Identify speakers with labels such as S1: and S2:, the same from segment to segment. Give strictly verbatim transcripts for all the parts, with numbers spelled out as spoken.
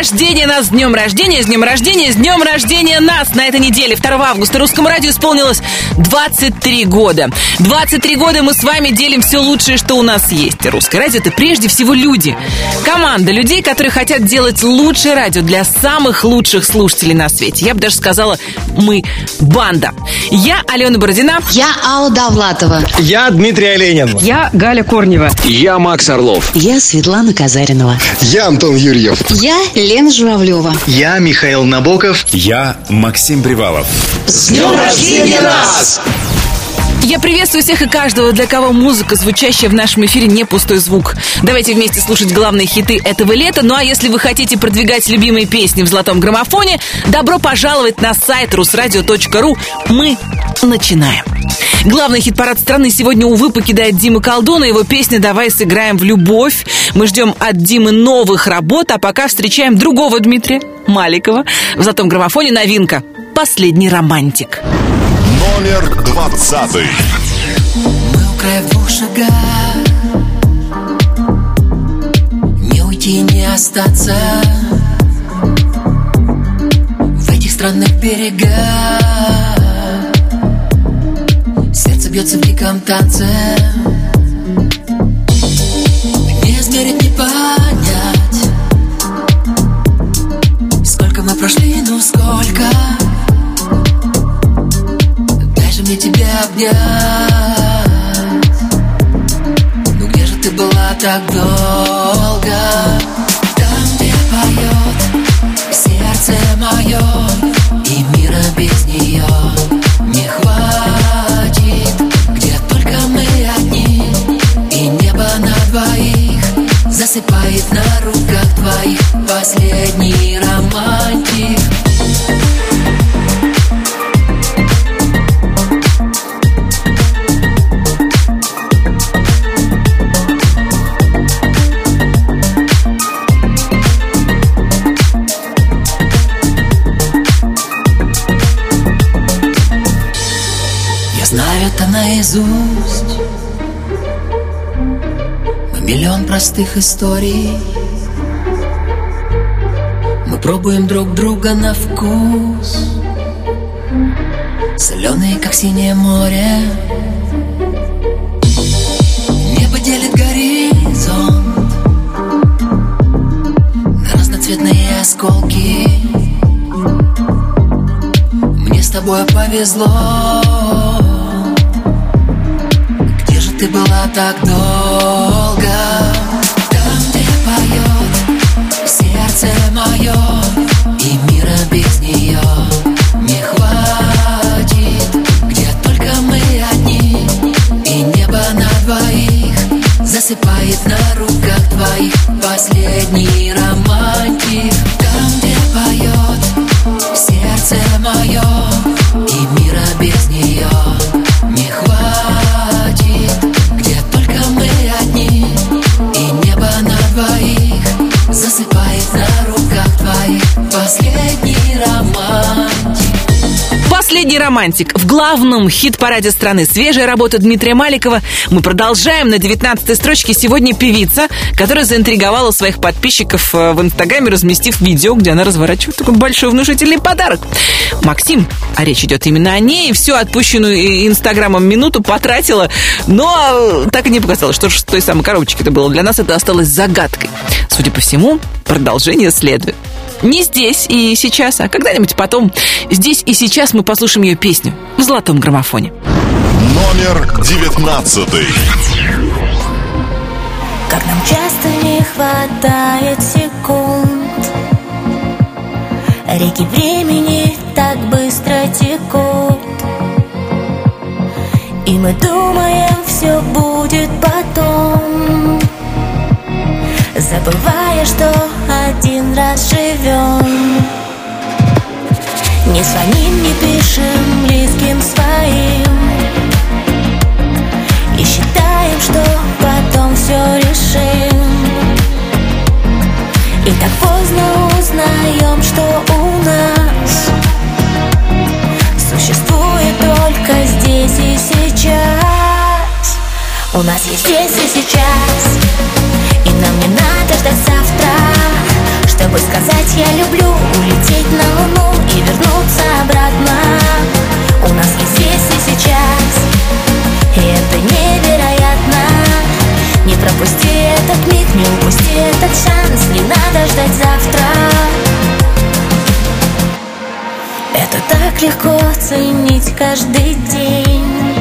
S1: рождения нас! С днем рождения, с днем рождения, с днем рождения нас! На этой неделе, второго августа, Русскому радио исполнилось двадцать три года. двадцать три года мы с вами делим все лучшее, что у нас есть. Русское радио — это прежде всего люди. Команда людей, которые хотят делать лучшее радио для самых лучших слушателей на свете. Я бы даже сказала, мы банда. Я Алена Бородина.
S2: Я Алла Довлатова.
S3: Я Дмитрий Оленин.
S4: Я Галя Корнева.
S5: Я Макс Орлов.
S2: Я Светлана Казаринова.
S6: Я Антон Юрьев.
S2: Я Лена Журавлева.
S7: Я Михаил Набоков.
S8: Я Максим Привалов.
S6: С днем рождения нас!
S1: Я приветствую всех и каждого, для кого музыка, звучащая в нашем эфире, не пустой звук. Давайте вместе слушать главные хиты этого лета. Ну а если вы хотите продвигать любимые песни в золотом граммофоне, добро пожаловать на сайт русрадио точка ру. Мы начинаем. Главный хит-парад страны сегодня, увы, покидает Дима Колдун и его песня «Давай сыграем в любовь». Мы ждем от Димы новых работ, а пока встречаем другого Дмитрия Маликова. В золотом граммофоне новинка «Последний романтик».
S8: Номер двадцатый.
S9: Мы у края в двух шагах, не уйти, не остаться в этих странных берегах. Сердце бьется в диком танце, не измерить, не понять, сколько мы прошли, ну сколько. Мне тебя обнять. Ну где же ты была так долго? Там, где поет сердце мое, и мира без нее не хватит. Где только мы одни, и небо на двоих засыпает на руках твоих. Последний романтик. Знаю это наизусть. Мы миллион простых историй. Мы пробуем друг друга на вкус, соленые, как синее море. Небо делит горизонт на разноцветные осколки. Мне с тобой повезло. Ты была так долго. Там, где поет сердце мое, и мира без нее не хватит. Где только мы одни, и небо на двоих засыпает на руках твоих. Последний романтик. Там, где поет сердце мое, и мира без нее не хватит. Засыпает на руках твоих. Последний романтик.
S1: Последний романтик. В главном хит-параде страны свежая работа Дмитрия Маликова. Мы продолжаем. На девятнадцатой строчке сегодня певица, которая заинтриговала своих подписчиков в Инстаграме, разместив видео, где она разворачивает такой большой внушительный подарок. Максим, а речь идет именно о ней, всю отпущенную Инстаграмом минуту потратила, но так и не показалось, что же с той самой коробочки это было. Для нас это осталось загадкой. Судя по всему, продолжение следует. Не здесь и сейчас, а когда-нибудь потом. Здесь и сейчас мы послушаем ее песню в золотом граммофоне.
S8: Номер девятнадцатый.
S10: Как нам часто не хватает секунд, реки времени так быстро текут, и мы думаем, все будет потом, забывая, что один раз живем. Не звоним, не пишем близким своим и считаем, что потом все решим. И так поздно узнаем, что у нас существует только здесь и сейчас. У нас есть здесь и сейчас, и нам не надо ждать завтра, чтобы сказать я люблю, улететь на Луну и вернуться обратно. У нас есть здесь и сейчас, и это невероятно. Не пропусти этот миг, не упусти этот шанс, не надо ждать завтра. Это так легко ценить каждый день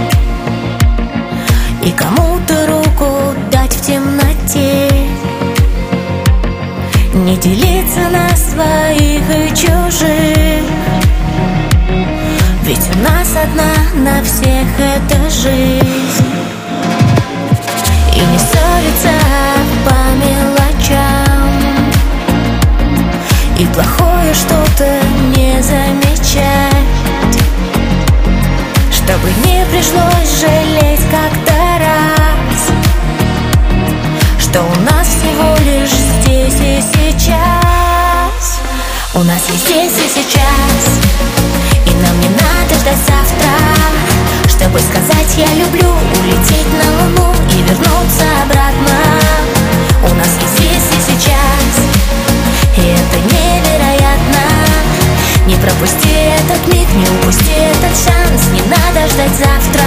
S10: и кому-то руку дать в темноте. Не делиться на своих и чужих, ведь у нас одна на всех эта жизнь. И не ссориться по мелочам, и плохое что-то не замечать, чтобы не пришлось жалеть как-то раз, что у нас всего лишь здесь и сейчас. У нас есть здесь и сейчас, и нам не надо ждать завтра, чтобы сказать я люблю, улететь на Луну и вернуться обратно. У нас есть здесь и сейчас, и это невероятно. Не пропусти этот миг, не упусти этот шанс, не надо ждать завтра.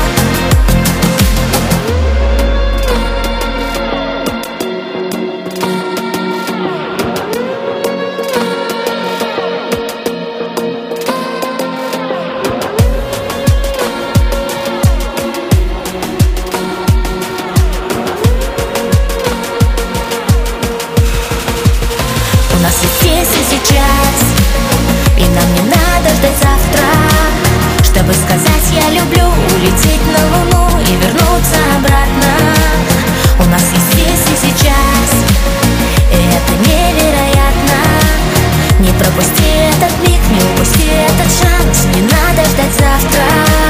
S10: Чтобы сказать я люблю, улететь на Луну и вернуться обратно. У нас есть здесь и сейчас, и это невероятно. Не пропусти этот миг, не упусти этот шанс, не надо ждать завтра.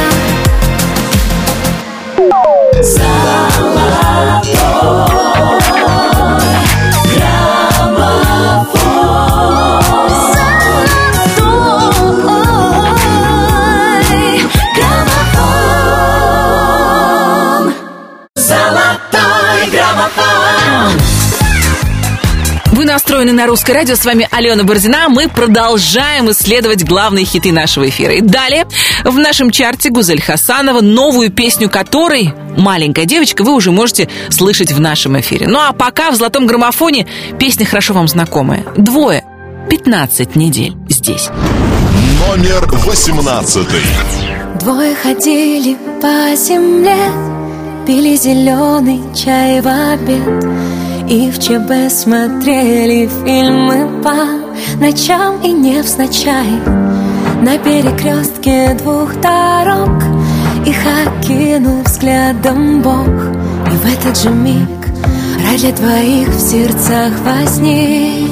S1: Вы настроены на Русское радио, с вами Алена Бородина. Мы продолжаем исследовать главные хиты нашего эфира. И далее в нашем чарте Гузель Хасанова, новую песню которой «Маленькая девочка» вы уже можете слышать в нашем эфире. Ну а пока в «Золотом граммофоне» песня хорошо вам знакомая. «Двое», пятнадцать недель здесь.
S8: Номер восемнадцатый.
S3: Двое ходили по земле, пили зеленый чай в обед и в ЧБ смотрели фильмы по ночам и невзначай. На перекрестке двух дорог их окинул взглядом Бог. И в этот же миг рай для двоих в сердцах возник.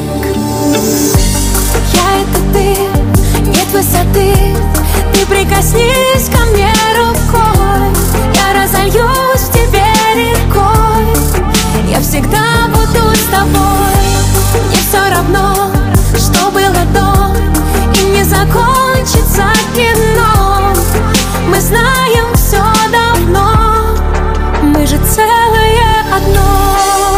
S3: Я — это ты, нет высоты, ты прикоснись ко мне рукой, я разольюсь в тебе рекой. Я всегда буду с тобой. Мне все равно, что было до, и не закончится кино. Мы знаем все давно, мы же целое одно.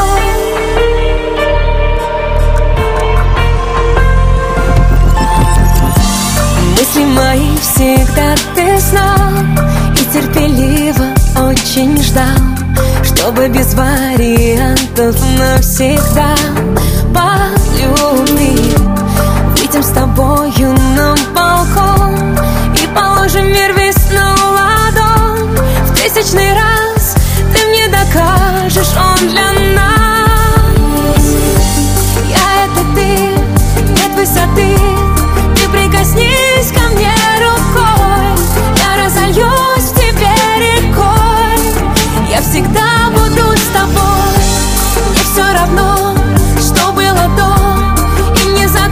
S3: Мысли мои всегда ты знал и терпеливо очень ждал, чтобы без вариантов навсегда полюбить. Выйдем с тобою на балкон и положим мир весь на ладонь. В тысячный раз ты мне докажешь, он для нас. Я — это ты, нет высоты, ты прикоснись ко мне рукой, я разольюсь в тебе рекой. Я всегда буду с тобой. Мне все равно, что было до, и не за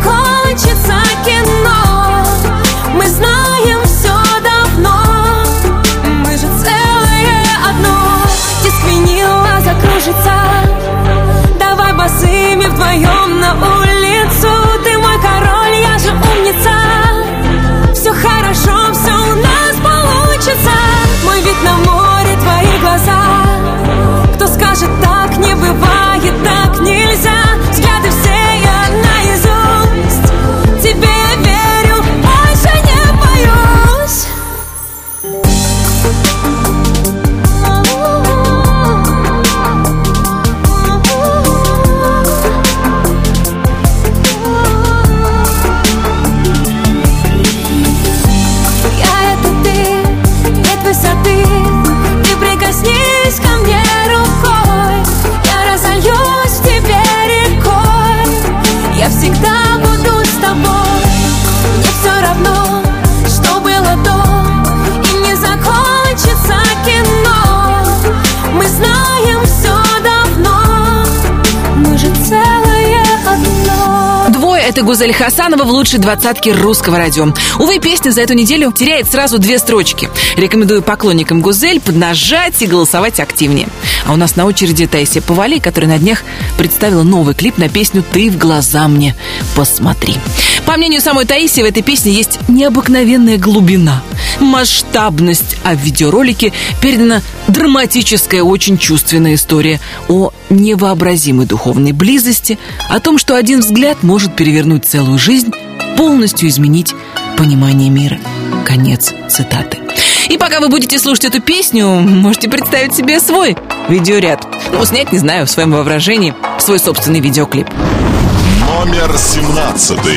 S1: певица Гузель Хасанова в лучшей двадцатке русского радио. Увы, песня за эту неделю теряет сразу две строчки. Рекомендую поклонникам Гузель поднажать и голосовать активнее. А у нас на очереди Таисия Повалий, которая на днях представила новый клип на песню «Ты в глаза мне посмотри». По мнению самой Таисии, в этой песне есть необыкновенная глубина, масштабность, а в видеоролике передана драматическая, очень чувственная история о невообразимой духовной близости, о том, что один взгляд может перевернуть целую жизнь, полностью изменить понимание мира. Конец цитаты. И пока вы будете слушать эту песню, можете представить себе свой видеоряд. Ну, снять, не знаю, в своем воображении свой собственный видеоклип.
S8: Номер семнадцатый.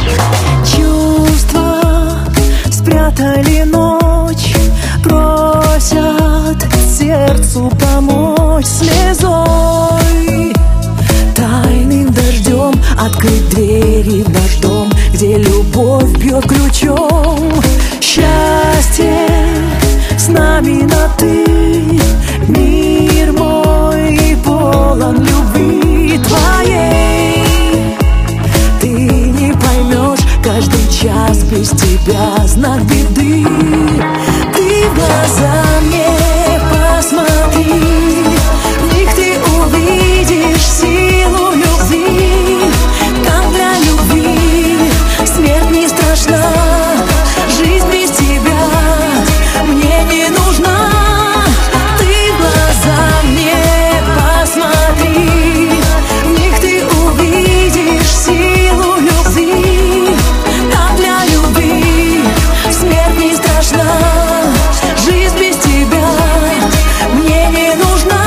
S4: Чувства спрятали ночь, просят сердцу помочь слезой. Тайным дождем открыть двери в наш дом, где любовь бьет ключом. Счастье с нами на ты, мир мой полон любви твоей. Ты не поймешь, каждый час без тебя знак беды. Ты в глаза мне посмотри, в них ты увидишь силу любви. Там для любви смерть не страшна, жизнь без тебя мне не нужна. Ты в глаза мне посмотри, в них ты увидишь силу любви. Там для любви смерть не страшна, жизнь без тебя мне не нужна.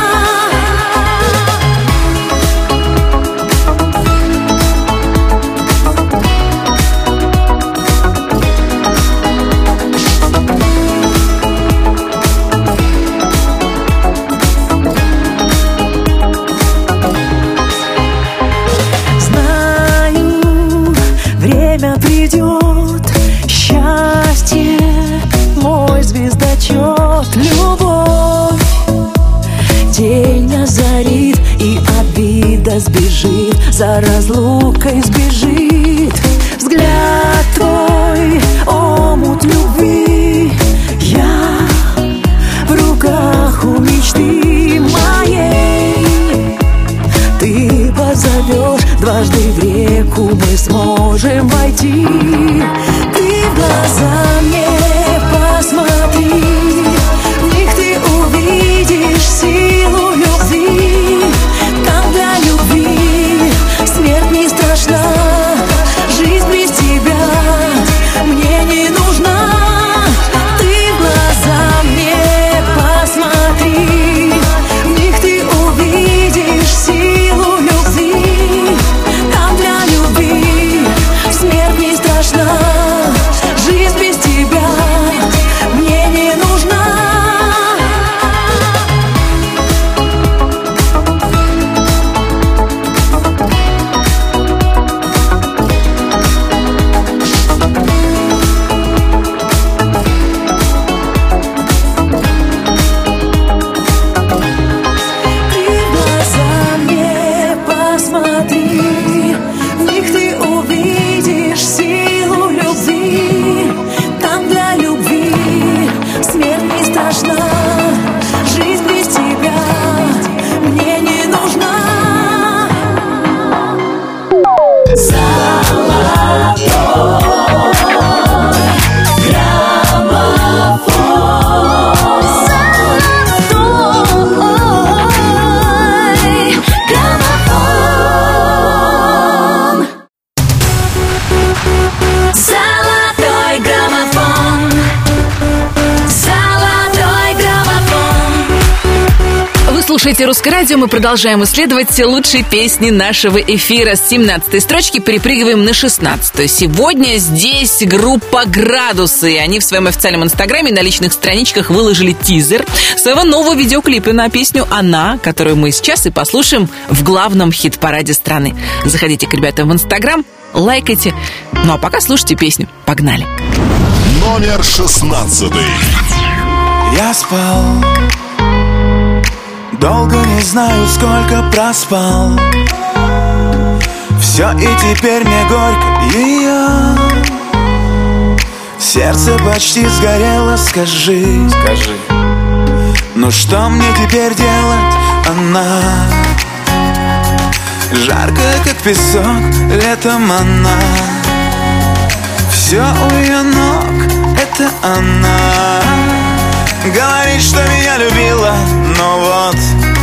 S4: Знаю, время придет, счастье мой звездочет. Любовь день озарит, и обида сбежит, за разлукой сбежит. Взгляд твой омут любви, я в руках у мечты моей. Ты позовешь дважды в реку, мы сможем войти. Ты в глаза мне посмотри, в них ты увидишь силу любви. Там для любви смерть не страшна, жизнь без тебя мне не нужна. Ты в глаза мне посмотри, в них ты увидишь силу любви. Там для любви смерть не страшна, жизнь без тебя мне не нужна. Ты в глаза мне посмотри, в них ты увидишь силу любви. Там для любви смерть не страшна, жизнь без тебя мне не нужна.
S3: Золотой граммофон. Золотой граммофон.
S1: Вы слушаете «Русское радио», мы продолжаем исследовать лучшие песни нашего эфира. С семнадцатой строчки перепрыгиваем на шестнадцатую. Сегодня здесь группа «Градусы». Они в своем официальном инстаграме на личных страничках выложили тизер своего нового видеоклипа на песню «Она», которую мы сейчас и послушаем в главном хит-параде страны. Заходите к ребятам в инстаграм, лайкайте. Ну а пока слушайте песню. Погнали.
S8: Номер шестнадцатый.
S5: Я спал, долго не знаю, сколько проспал. Все, и теперь мне горько ее. Сердце почти сгорело, скажи, скажи. Ну что мне теперь делать, она? Жарко, как песок, летом она. Все у ее ног, это она. Говорит, что меня любила, но вот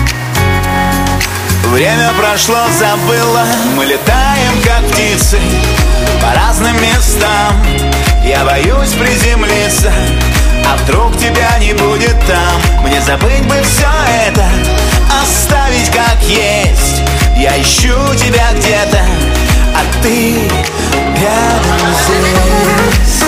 S5: время прошло, забыла. Мы летаем, как птицы, по разным местам. Я боюсь приземлиться, а вдруг тебя не будет там. Мне забыть бы все это, оставить как есть. Я ищу тебя где-то, а ты рядом здесь.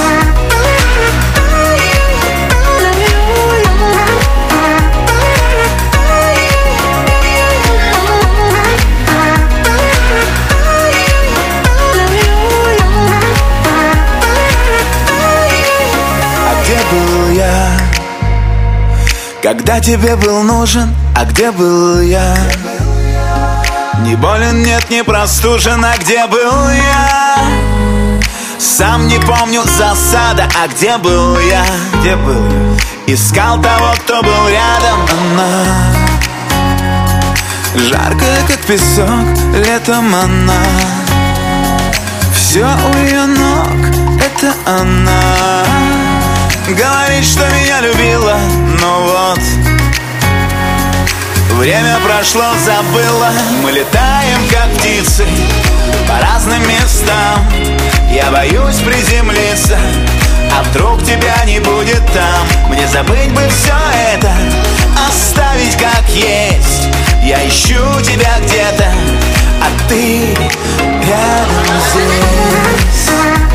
S5: А где был я, когда тебе был нужен? А где был я? Не болен, нет, не простужен, а где был я? Сам не помню засада, а где был я? Где был я? Искал того, кто был рядом. Она жарко, как песок, летом она. Все у ее ног, это она. Говорит, что меня любила, но вот время прошло, забыла. Мы летаем, как птицы, по разным местам. Я боюсь приземлиться, а вдруг тебя не будет там. Мне забыть бы все это, оставить как есть. Я ищу тебя где-то, а ты рядом здесь.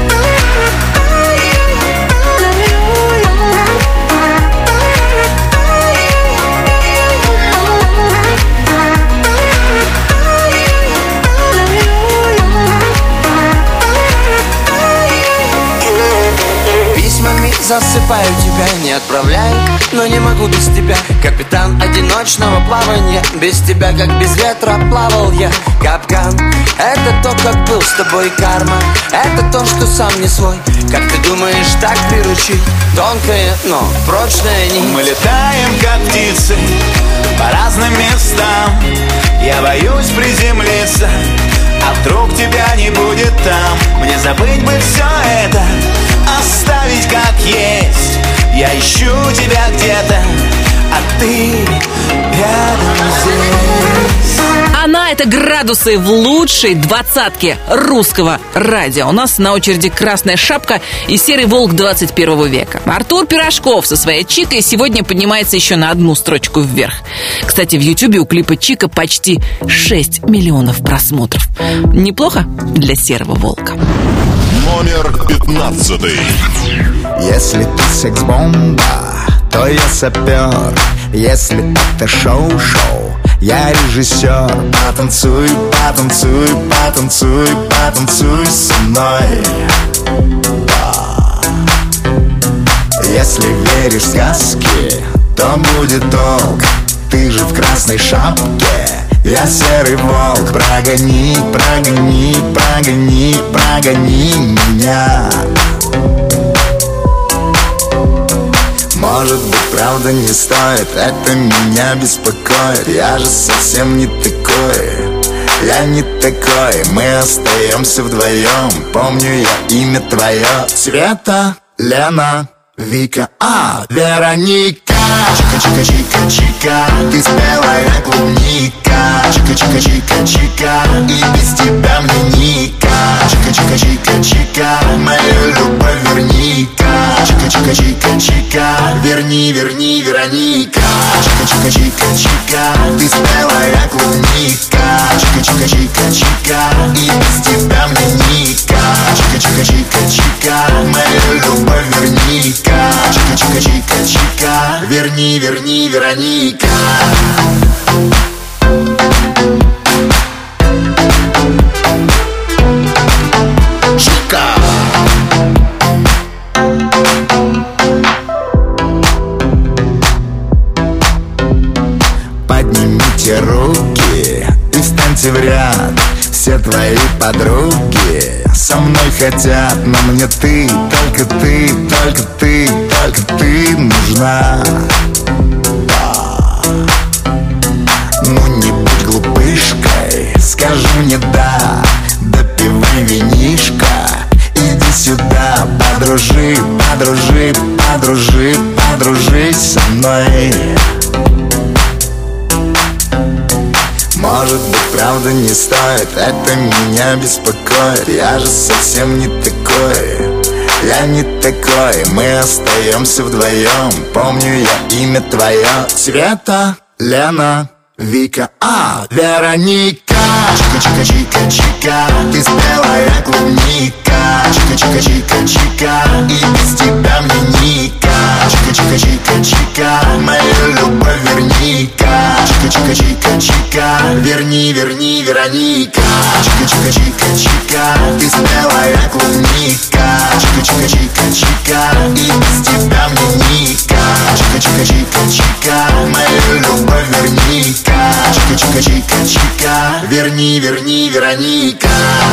S11: Засыпаю тебя, не отправляю, но не могу без тебя. Капитан одиночного плавания, без тебя, как без ветра, плавал я. Капкан, это то, как был с тобой карма. Это то, что сам не свой. Как ты думаешь, так приручить? Тонкая, но прочная нить.
S5: Мы летаем, как птицы, по разным местам. Я боюсь приземлиться, а вдруг тебя не будет там. Мне забыть бы все это, оставить как есть. Я ищу тебя где-то, а ты рядом здесь.
S1: Она — это градусы в лучшей двадцатке русского радио. У нас на очереди «Красная шапка» и «Серый волк» двадцать первого века. Артур Пирожков со своей «Чикой» сегодня поднимается еще на одну строчку вверх. Кстати, в Ютубе у клипа «Чика» почти шесть миллионов просмотров. Неплохо для «Серого волка».
S8: Номер пятнадцатый.
S12: Если ты секс-бомба, то я сапер. Если это шоу-шоу, я режиссер. Потанцуй, потанцуй, потанцуй, потанцуй со мной. Если веришь в сказки, то будет толк. Ты же в красной шапке, я серый волк. Прогони, прогони, прогони, прогони меня. Может быть, правда не стоит, это меня беспокоит. Я же совсем не такой, я не такой. Мы остаемся вдвоем, помню я имя твое. Света, Лена, Вика, а, Вероника. Чика-чика-чика-чика, ты спелая клубника. Чика-чика-чика-чика, и без тебя мне ника. Чика-чика-чика-чика, мою любовь верни-ка. Чика-чика-чика-чика, верни, верни, Вероника. Чика-чика-чика-чика, ты спелая клубника. Чика-чика-чика-чика, и без тебя мне ника. Чика-чика-чика-чика, мою любовь верни-ка. Чика-чика-чика-чика, верни, верни, Вероника. Чика. Поднимите руки и встаньте в ряд. Все твои подруги со мной хотят, но мне ты, только ты, только ты, только ты нужна. Ну не будь глупышкой, скажи мне да, допивай винишко, иди сюда, подружи, подружи, подружи, подружись со мной. Может быть, правда не стоит, это меня беспокоит. Я же совсем не такой, я не такой. Мы остаемся вдвоем, помню я имя твое. Света, Лена, Вика, а, Вероника. Чика-чика-чика-чика, ты спелая клубника. Чика-чика-чика-чика, и без тебя мне ника. Чика-чика-чика-чика, мою любовь верни-ка. Чика-чика-чика-чика, верни, верни, Вероника. Чика-чика-чика-чика, ты спелая клубника. Чика-чика-чика-чика, и без тебя мне ника. Чика-чика-чика-чика, мою любовь верни-ка. Чика-чика-чика-чика, верни, верни, Вероника.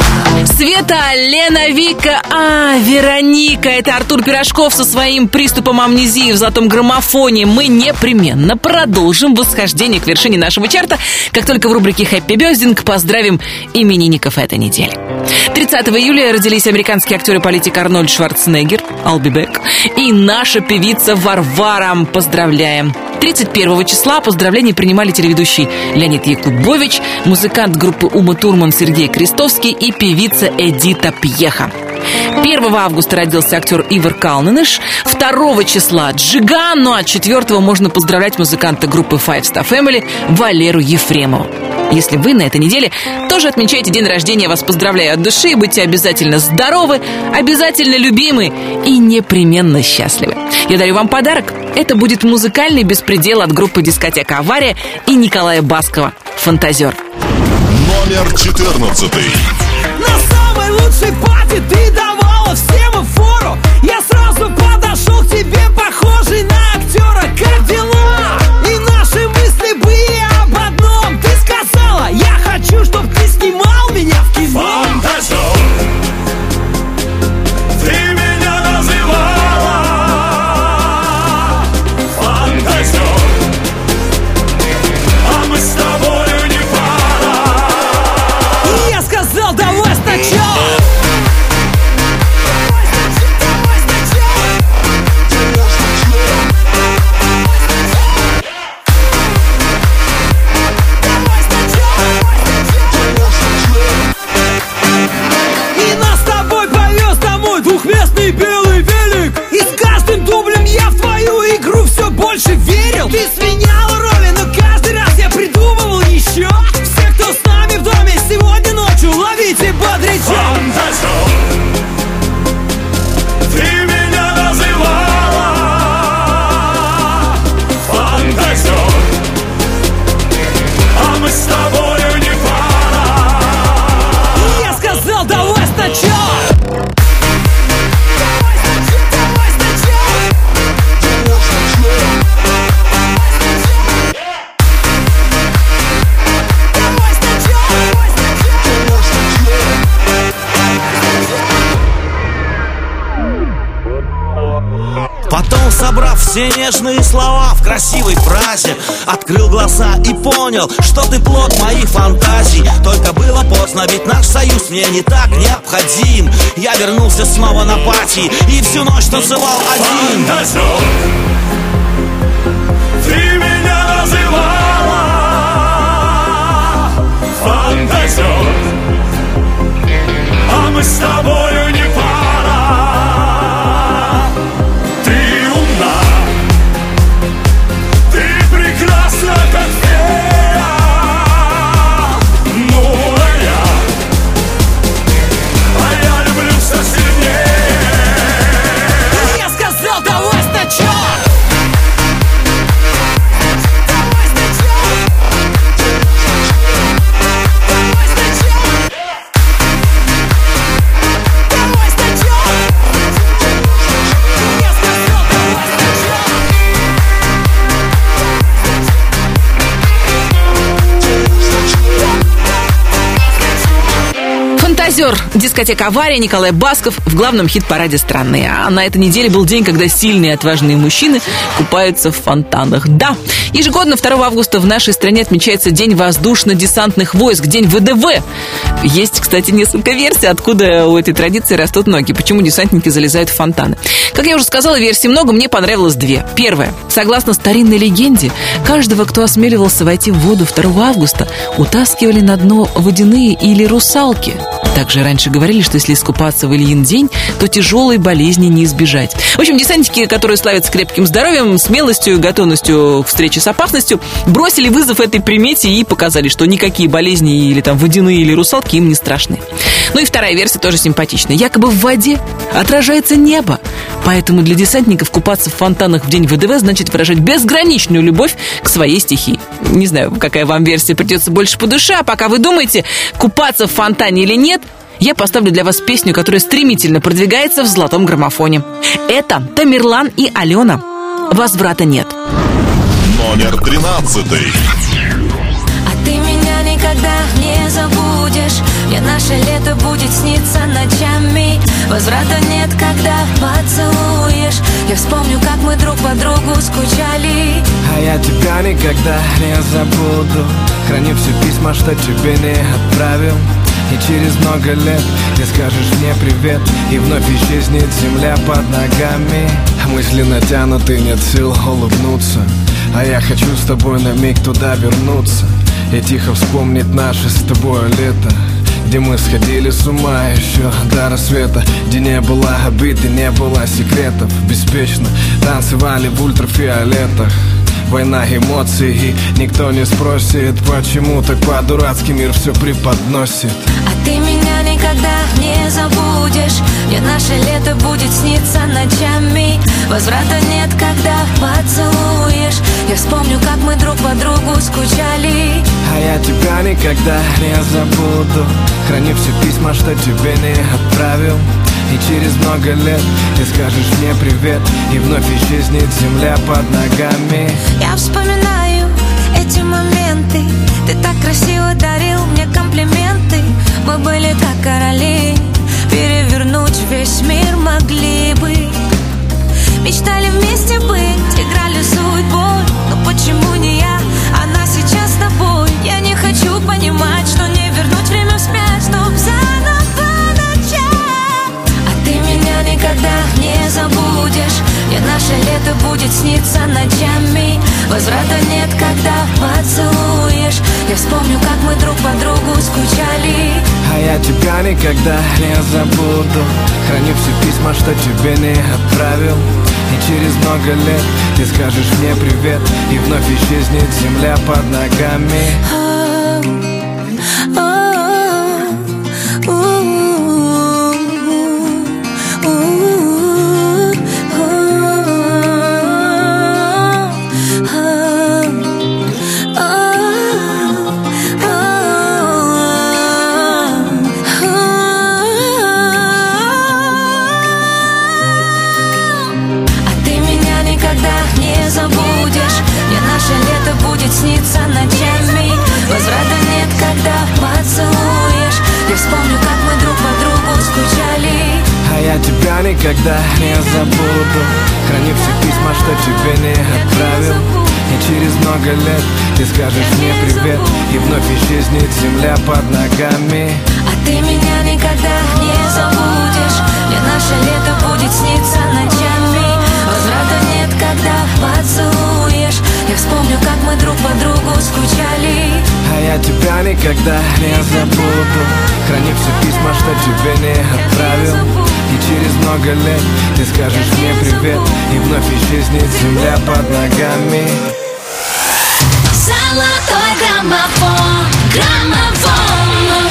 S1: Света, Лена, Вика, а, Вероника. Это Артур Пирожков со своим приступом амнезии в золотом граммофоне. Мы непременно продолжим восхождение к вершине нашего чарта, как только в рубрике «Happy Birthday» поздравим именинников этой недели. тридцатого июля родились американский актер и политик Арнольд Шварценеггер, I'll be back, и наша певица Варвара. Поздравляем! тридцать первого числа поздравления принимали телеведущий Леонид Якубович, музыкант группы Ума Турман Сергей Крестовский и певица Эдита Пьеха. первого августа родился актер Ивар Калныныш, второго числа Джиган, ну а четвертого можно поздравлять музыканта группы Five Star Family Валеру Ефремову. Если вы на этой неделе тоже отмечаете день рождения, вас поздравляю от души. Будьте обязательно здоровы, обязательно любимы и непременно счастливы. Я дарю вам подарок. Это будет музыкальный беспредел от группы «Дискотека Авария» и Николая Баскова «Фантазер».
S8: Номер четырнадцатый.
S4: На самой лучшей пати ты давала всем фору. Я сразу подошел к тебе, похожий на актера. Как дела? И наши мысли были об одном. Ты сказала, я хочу, чтоб ты снимал меня в кино.
S5: Фантазер, ты меня называла фантазер, а мы с тобою не пара.
S4: И я сказал, давай сначала. Двухместный белый велик. И с каждым дублем я в твою игру все больше верил. Ты сменяла роли, но каждый раз я придумывал еще. Все, кто с нами в доме сегодня ночью, ловите бодрячок.
S5: Фантазер, ты меня называла фантазер, а мы с тобою не пара.
S4: И я сказал, давай сначала.
S13: Потом, собрав все нежные слова в красивой фразе, открыл глаза и понял, что ты плод моих фантазий. Только было поздно, ведь наш союз мне не так необходим. Я вернулся снова на пати и всю ночь танцевал один.
S5: Фантазер, ты меня называла фантазер, а мы с тобою не пара. Ты умна, ты прекрасна, как фея. Ну, а я, а я люблю все сильнее.
S4: И я сказал, давай сначала. Давай сначала.
S1: Озер, дискотека «Авария», Николай Басков в главном хит-параде страны. А на этой неделе был день, когда сильные и отважные мужчины купаются в фонтанах. Да, ежегодно второго августа в нашей стране отмечается День воздушно-десантных войск, День вэ дэ вэ. Есть, кстати, несколько версий, откуда у этой традиции растут ноги, почему десантники залезают в фонтаны. Как я уже сказала, версий много, мне понравилось две. Первая. Согласно старинной легенде, каждого, кто осмеливался войти в воду второго августа, утаскивали на дно водяные или русалки. Также раньше говорили, что если искупаться в Ильин день, то тяжелой болезни не избежать. В общем, десантники, которые славятся крепким здоровьем, смелостью и готовностью к встрече с опасностью, бросили вызов этой примете и показали, что никакие болезни или там водяные или русалки им не страшны. Ну и вторая версия тоже симпатичная. Якобы в воде отражается небо. Поэтому для десантников купаться в фонтанах в день вэ дэ вэ значит выражать безграничную любовь к своей стихии. Не знаю, какая вам версия придется больше по душе, а пока вы думаете, купаться в фонтане или нет, я поставлю для вас песню, которая стремительно продвигается в золотом граммофоне. Это Тамерлан и Алена. «Возврата нет».
S8: Номер тринадцатый.
S10: А ты меня никогда не забудешь. Мне наше лето будет сниться ночами. Возврата нет, когда поцелуешь. Я вспомню, как мы друг по другу скучали.
S14: А я тебя никогда не забуду. Храню все письма, что тебе не отправил. И через много лет ты скажешь мне привет, и вновь исчезнет земля под ногами. Мысли натянуты, нет сил улыбнуться. А я хочу с тобой на миг туда вернуться и тихо вспомнить наше с тобой лето, где мы сходили с ума еще до рассвета, где не было обид и не было секретов. Беспечно танцевали в ультрафиолетах. Война эмоций, и никто не спросит, почему так по-дурацки мир все преподносит.
S10: А ты меня никогда не забудешь. Мне наше лето будет сниться ночами. Возврата нет, когда поцелуешь. Я вспомню, как мы друг по другу скучали.
S14: А я тебя никогда не забуду. Храню все письма, что тебе не отправил. И через много лет ты скажешь мне привет, и вновь исчезнет земля под ногами.
S10: Я вспоминаю эти моменты. Ты так красиво дарил мне комплименты. Мы были как короли, перевернуть весь мир могли бы. Мечтали вместе быть, играли судьбой. Но почему не я, она сейчас с тобой? Я не хочу понимать, что не вернуть время вспять, чтоб заново начать. А ты меня никогда не забудешь. Мне наше лето будет сниться ночами. Возврата нет, когда поцелуешь. Я вспомню, как мы друг по другу скучали.
S14: А я тебя никогда не забуду. Храню все письма, что тебе не отправил. И через много лет ты скажешь мне привет, и вновь исчезнет земля под ногами.
S10: Снится ночами. Возврата нет, когда поцелуешь. Я вспомню, как мы друг по другу скучали.
S14: А я тебя никогда не забуду. Храню все письма, что тебе не отправил. И через много лет ты скажешь мне привет, и вновь исчезнет земля под ногами.
S10: А ты меня никогда не забудешь. Мне наше лето будет сниться ночами. Возврата нет, когда поцелуешь. Я вспомню, как мы друг по другу скучали.
S14: А я тебя никогда не забуду. Храню все письма, что тебе не отправил. И через много лет ты скажешь мне привет, и вновь исчезнет земля под ногами.
S3: Золотой граммофон, граммофон.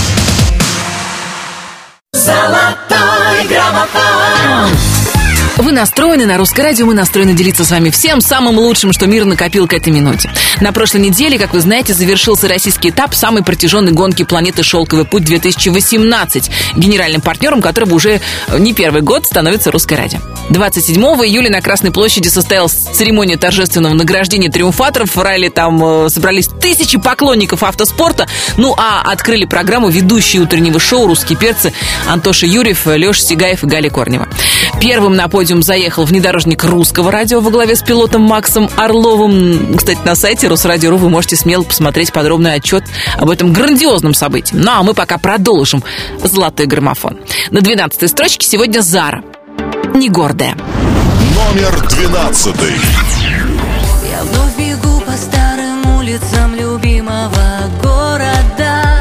S3: Золотой граммофон.
S1: Вы настроены на Русское радио, мы настроены делиться с вами всем самым лучшим, что мир накопил к этой минуте. На прошлой неделе, как вы знаете, завершился российский этап самой протяженной гонки планеты «Шелковый путь-две тысячи восемнадцать», генеральным партнером которого уже не первый год становится Русское радио. двадцать седьмого июля на Красной площади состоялась церемония торжественного награждения триумфаторов. В ралли там э, собрались тысячи поклонников автоспорта. Ну а открыли программу ведущие утреннего шоу русские перцы Антоша Юрьев, Леша Сигаев и Галя Корнева. Первым на подиум заехал внедорожник Русского радио во главе с пилотом Максом Орловым. Кстати, на сайте Русрадио.ру вы можете смело посмотреть подробный отчет об этом грандиозном событии. Ну а мы пока продолжим золотой граммофон. На двенадцатой строчке сегодня Зара. Не гордая.
S8: Номер двенадцатый.
S3: Я вновь бегу по старым улицам любимого города,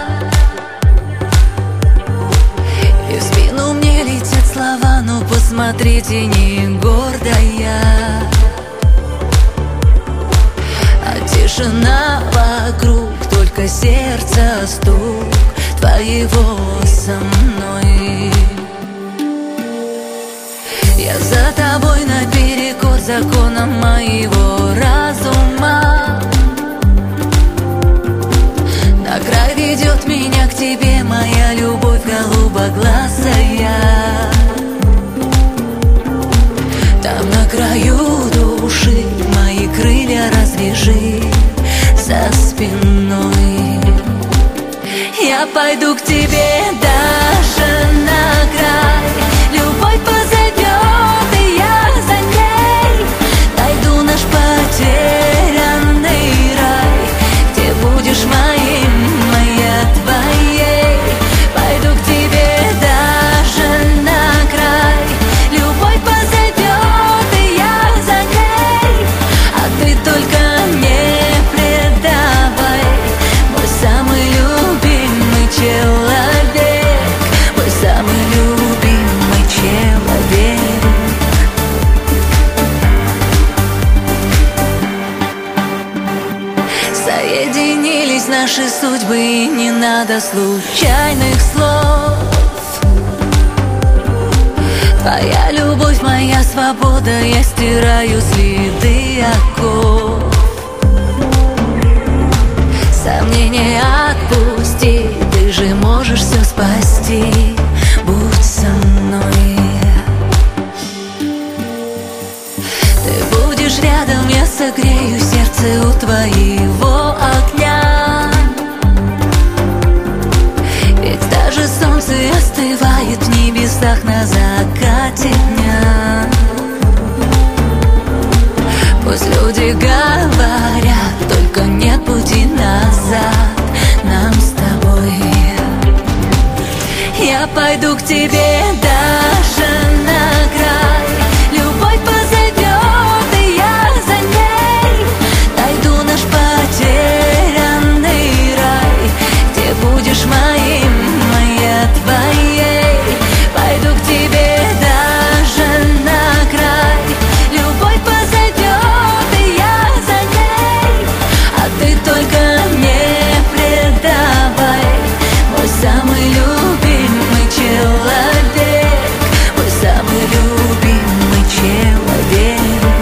S3: и в спину мне летят слова, но посмотрите, не гордая. А тишина вокруг, только сердце стук твоего со мной. Я за тобой наперекор законам моего разума. На край ведет меня к тебе моя любовь голубоглазая. Там на краю души мои крылья развяжи за спиной. Я пойду к тебе даже на край. Любовь позовет, и я за ней найду наш потерянный рай, где будешь моим, моя твоей. Пойду к тебе даже на край. Любовь позовет, и я за ней, а ты только не предавай. Мой самый любимый человек, мой самый любимый человек. Соединились наши судьбы, и не надо случайных слов. Твоя любовь, моя свобода, я стираю следы оков. Сомнения отпусти, ты же можешь все спасти. Будь со мной. Ты будешь рядом, я согрею сердце у твоего огня. Ведь даже солнце остывает в небесах на закате дня. Пусть люди говорят, только нет пути назад нам с тобой. Я пойду к тебе даже на край. Любовь позовет, и я за ней найду наш потерянный рай, где будешь моим, моя твоей. Пойду к тебе даже на край. Любовь позовет, и я за ней, а ты только не предавай. Мой самый любимый человек, мой самый любимый человек.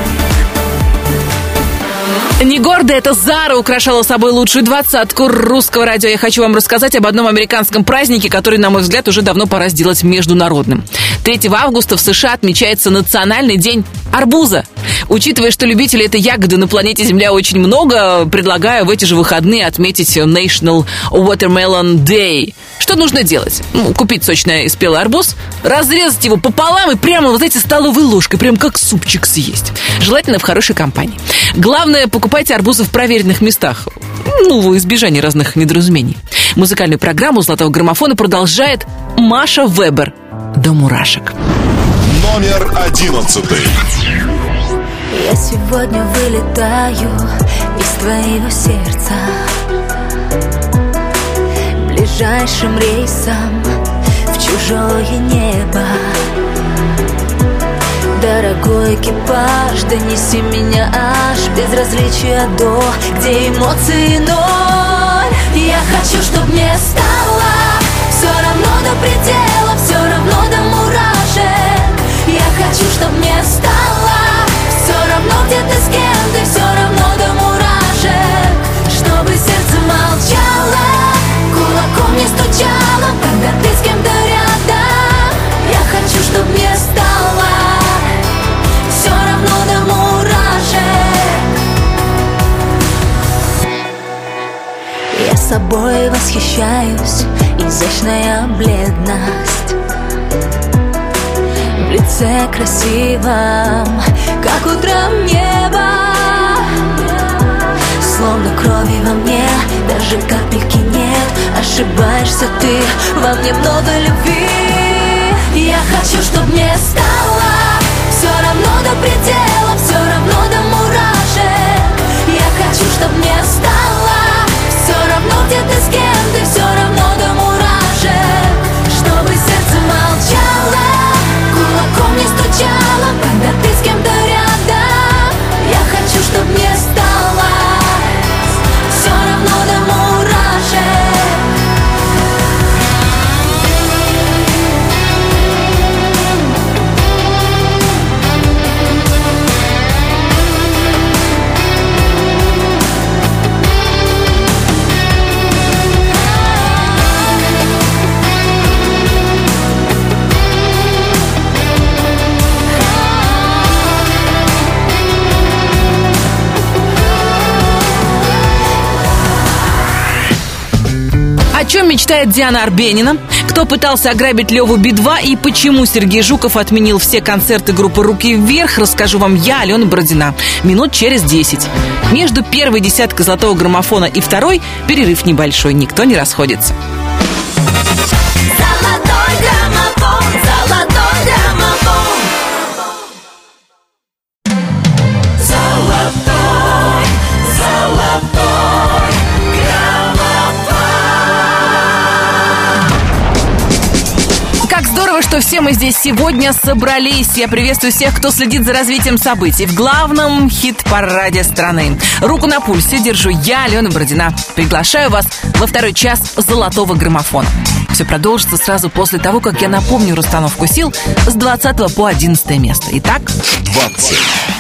S1: Не гордая, это Зара украшала собой лучшую двадцатку Русского радио. Я хочу вам рассказать об одном американском празднике, который, на мой взгляд, уже давно пора сделать международным. третьего августа в США отмечается Национальный день арбуза. Учитывая, что любителей этой ягоды на планете Земля очень много, предлагаю в эти же выходные отметить National Watermelon Day. Что нужно делать? Ну, купить сочный и спелый арбуз, разрезать его пополам и прямо вот этой столовой ложкой, прям как супчик съесть. Желательно в хорошей компании. Главное, покупайте арбузы в проверенных местах. Ну, в избежание разных недоразумений. Музыкальную программу «Золотого граммофона» продолжает Маша Вебер. До мурашек.
S8: Номер одиннадцатый.
S10: Я сегодня вылетаю из твоего сердца ближайшим рейсом в чужое небо. Дорогой экипаж, донеси меня аж безразличия до, где эмоции ноль. Я хочу, чтоб мне стало все равно до предела, все равно до мурашек. Я хочу, чтоб мне стало тобой восхищаюсь, изящная бледность в лице красивом, как утром небо. Словно крови во мне, даже капельки нет. Ошибаешься ты, во мне много любви. Я хочу, чтоб мне стало все равно до предела, все равно до мурашек. Я хочу, чтоб мне стало все равно, где ты, с кем ты, все равно до мурашек. Чтобы сердце молчало, кулаком не стучало, когда ты с кем-то рядом. Я хочу, чтоб мне стало все равно до мурашек.
S1: О чем мечтает Диана Арбенина? Кто пытался ограбить Леву Би два и почему Сергей Жуков отменил все концерты группы «Руки вверх», расскажу вам я, Алена Бородина. Минут через десять. Между первой десяткой золотого граммофона и второй перерыв небольшой, никто не расходится.
S3: Золотой граммофон, золотой граммофон. Золотой, золотой граммофон.
S1: Как здорово, что все мы здесь сегодня собрались. Я приветствую всех, кто следит за развитием событий в главном хит-параде страны. Руку на пульсе держу я, Алена Бородина. Приглашаю вас во второй час золотого граммофона. Все продолжится сразу после того, как я напомню расстановку сил с двадцатого по одиннадцатое место. Итак,
S8: двадцать.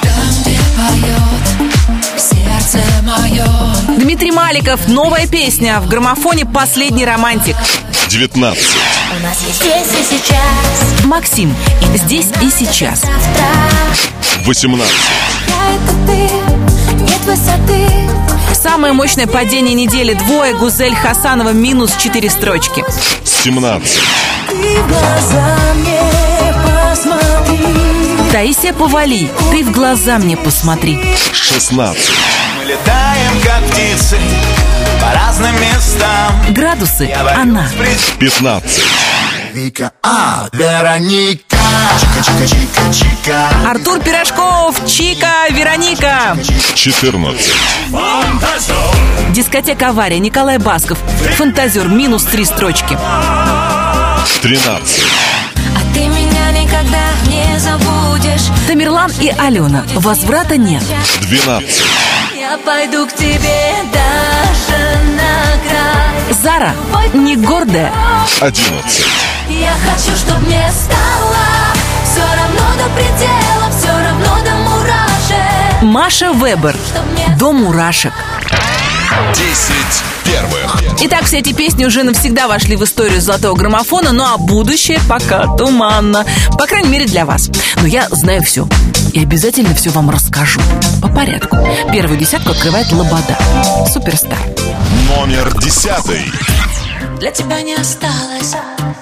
S9: Сердце мое.
S1: Дмитрий Маликов, новая песня в граммофоне «Последний романтик».
S8: девятнадцать.
S10: У нас есть здесь и сейчас.
S1: Максим, здесь и сейчас.
S8: восемнадцать.
S10: Я это ты, нет высоты.
S1: Самое мощное падение недели. Двое. Гузель Хасанова, минус четыре строчки.
S8: семнадцать.
S10: Ты в глаза мне посмотри.
S1: Таисия Повали, ты в глаза мне посмотри.
S8: шестнадцать.
S5: Мы летаем, как птицы, по разным местам.
S1: Градусы, она.
S8: пятнадцать.
S12: Вика, а, Вероника. Чика-чика-чика-чика.
S1: Артур Пирожков, Чика, Вероника.
S8: четырнадцать.
S1: Дискотека «Авария», Николай Басков, «Фантазер», минус три строчки.
S8: тринадцать.
S10: А ты меня никогда не забудешь.
S1: Тамерлан и Алена, возврата нет.
S8: двенадцать.
S10: Я пойду к тебе даже на край.
S1: Зара, не гордая.
S8: одиннадцать.
S10: Я хочу, чтоб мне стало все равно до предела, все равно до мурашек.
S1: Маша Вебер, до мурашек.
S8: десять первых.
S1: Итак, все эти песни уже навсегда вошли в историю золотого граммофона, ну а будущее пока туманно. По крайней мере, для вас. Но я знаю все. И обязательно все вам расскажу. По порядку. Первую десятку открывает Лобода. Суперстар.
S8: Номер десятый.
S10: Для тебя не осталось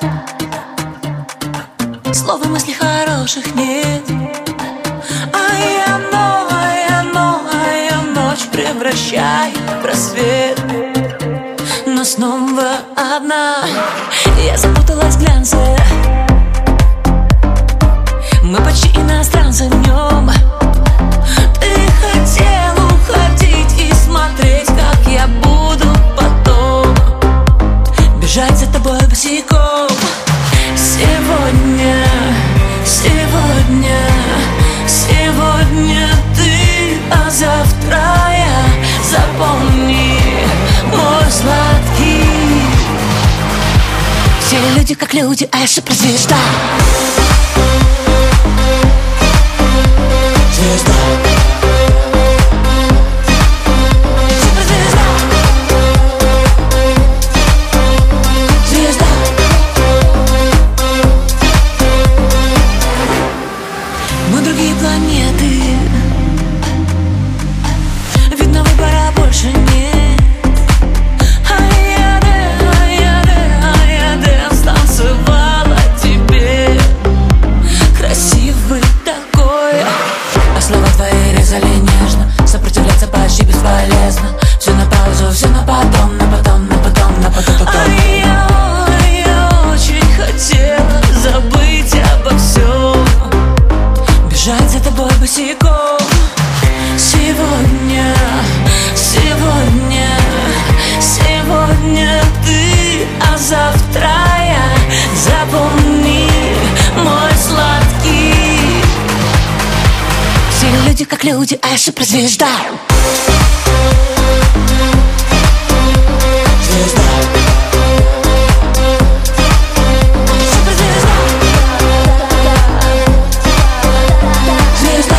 S10: слов и мыслей хороших нет. А я новая, новая ночь превращаю в рассвет. Но снова одна я запуталась в глянце. Мы почти иностранцы в нем. Ты хотел уходить и смотреть, как я буду потом бежать за тобой босиком. Сегодня, сегодня, сегодня ты, а завтра я. Запомни, мой сладкий. Все люди как люди, а я суперзвезда. Звезда. Суперзвезда. Звезда. Мы другие планеты. Видно, выбора больше нет. А я до люди как люди, а я суперзвезда. Звезда. Суперзвезда. Звезда.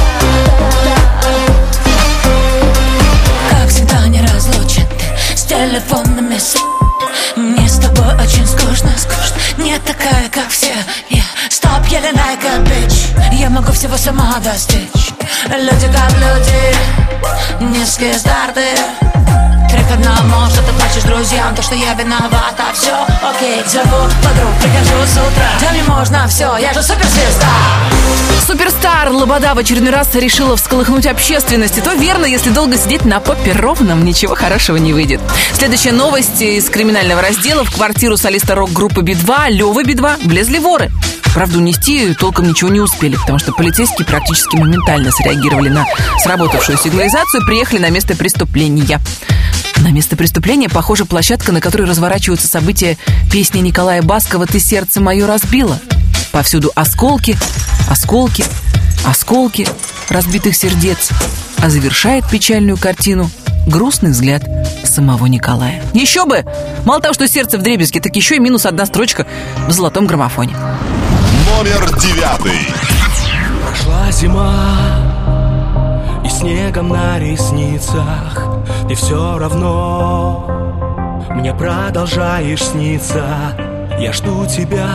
S10: Как всегда не разлучен ты с телефонными с... Мне с тобой очень скучно, скучно. Не такая, как все. Я стоп, еле like a bitch. Я могу всего сама достичь. Люди как люди, низкие старты. Три к одному, что ты плачешь друзьям, то, что я виновата, все окей. Зову подруг, прихожу с утра. Да мне можно все, я же суперзвезда.
S1: Суперстар Лобода в очередной раз решила всколыхнуть общественность. И то верно, если долго сидеть на попе ровном, ничего хорошего не выйдет. Следующая новость из криминального раздела. В квартиру солиста рок-группы Би два Лёвы Би два влезли воры. Правда, унести толком ничего не успели, потому что полицейские практически моментально среагировали на сработавшую сигнализацию и приехали на место преступления. На место преступления, похоже, площадка, на которой разворачиваются события песни Николая Баскова «Ты сердце мое разбила». Повсюду осколки, осколки, осколки разбитых сердец. А завершает печальную картину грустный взгляд самого Николая. Еще бы! Мало того, что сердце вдребезги, так еще и минус одна строчка в золотом граммофоне.
S8: Номер девятый.
S14: Прошла зима, и снегом на ресницах ты все равно мне продолжаешь сниться. Я жду тебя,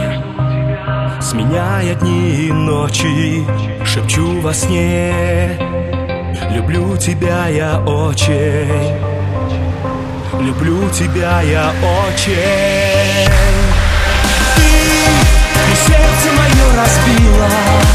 S14: сменяя дни и ночи, шепчу во сне. Люблю тебя я очень, люблю тебя я очень. Ты, ты сердце мое разбила.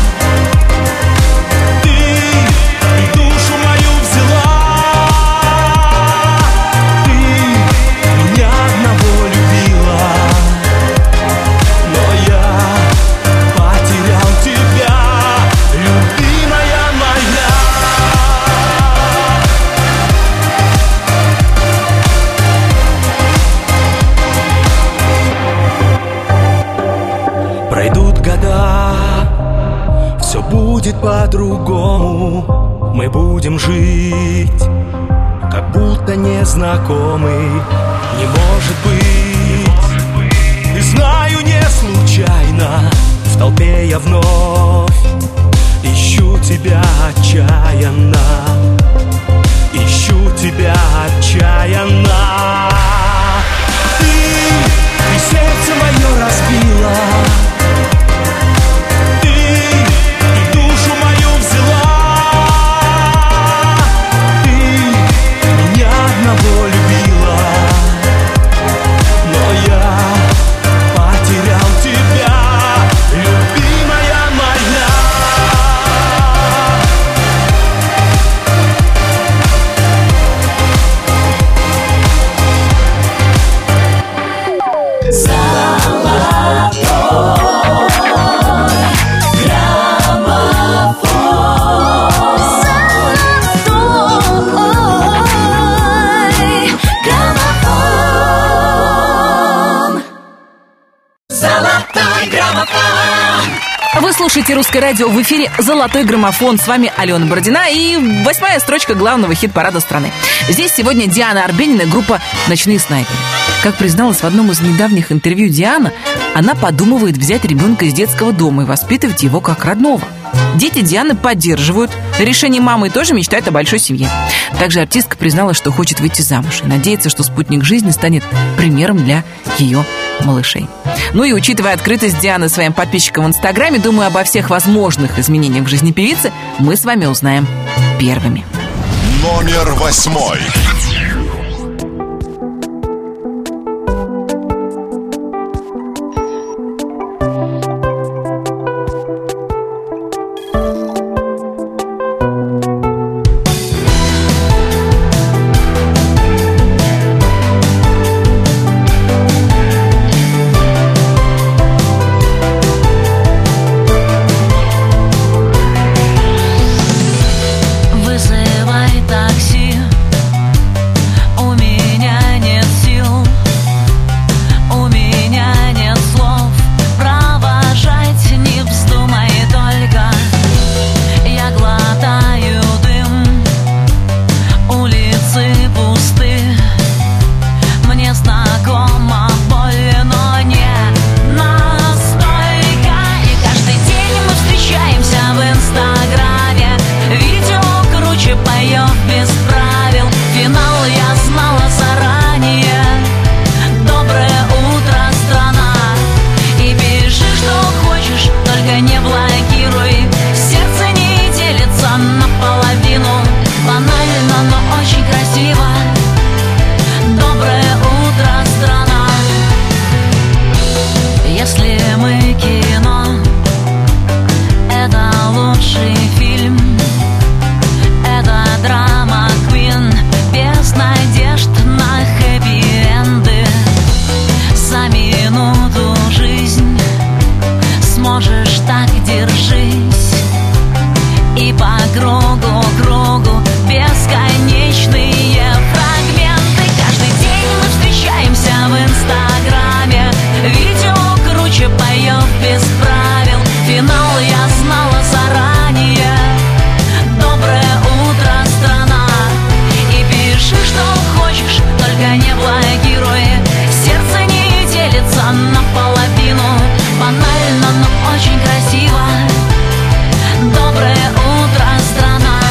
S14: Будет по-другому, мы будем жить, как будто незнакомый. Не может быть, и знаю не случайно, в толпе я вновь ищу тебя отчаянно, ищу тебя отчаянно. Ты, ты сердце мое разбила.
S1: Вы слушаете «Русское радио», в эфире «Золотой граммофон». С вами Алена Бородина и восьмая строчка главного хит-парада страны. Здесь сегодня Диана Арбенина, группа «Ночные снайперы». Как призналась в одном из недавних интервью Диана, она подумывает взять ребенка из детского дома и воспитывать его как родного. Дети Дианы поддерживают решение мамы и тоже мечтают о большой семье. Также артистка призналась, что хочет выйти замуж и надеется, что спутник жизни станет примером для ее малышей. Ну и учитывая открытость Дианы своим подписчикам в Инстаграме, думаю, обо всех возможных изменениях в жизни певицы мы с вами узнаем первыми.
S8: Номер восьмой.
S10: Вызывай такси.
S3: так держись. И по кругу, кругу бесконечные фрагменты. Каждый день мы встречаемся в инстаграме. Видео круче поет без правил. Финал я знала заранее. Доброе утро, страна. И пиши, что хочешь, только не блокируй. Сердце не делится наполовину. Банально, но очень красиво. Доброе утро, страна.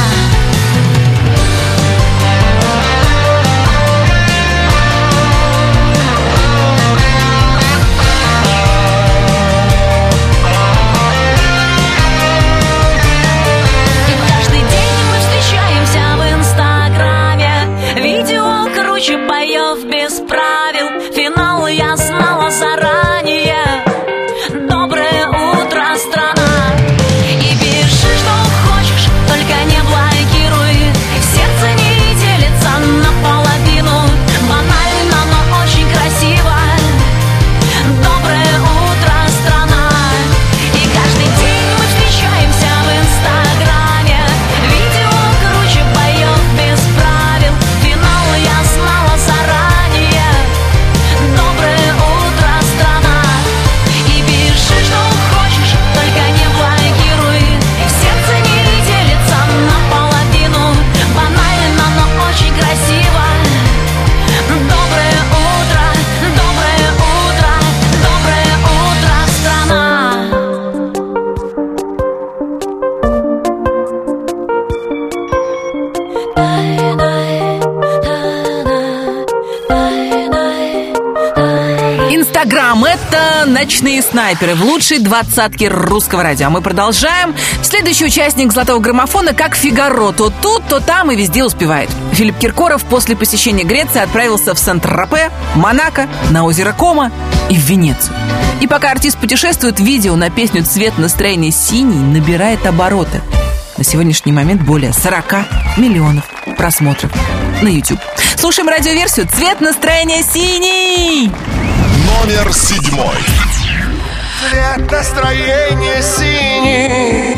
S3: И каждый день мы встречаемся в инстаграме. Видео круче боев без правил. Финал я знала заранее. Доброе утро, страна. И пиши, что хочешь, только не блокируй. Сердце не делится наполовину. Банально, но очень красиво. Доброе утро, страна. И каждый день мы встречаемся в инстаграме. Видео круче боев без правил. Финал я знала заранее. Доброе утро, страна. И пиши, что хочешь, только не блокируй. Сердце не делится наполовину. Банально, но очень красиво. Доброе утро, доброе утро, доброе утро, страна.
S1: Инстаграм — это ночные снайперы в лучшей двадцатке русского радио. А мы продолжаем. Следующий участник «Золотого граммофона» как Фигаро. То тут, то там и везде успевает. Филипп Киркоров после посещения Греции отправился в Сент-Тропе, Монако, на озеро Комо и в Венецию. И пока артист путешествует, видео на песню «Цвет настроения синий» набирает обороты. На сегодняшний момент более сорок миллионов просмотров на YouTube. Слушаем радиоверсию «Цвет настроения синий».
S8: Номер седьмой.
S15: Цвет настроения синий.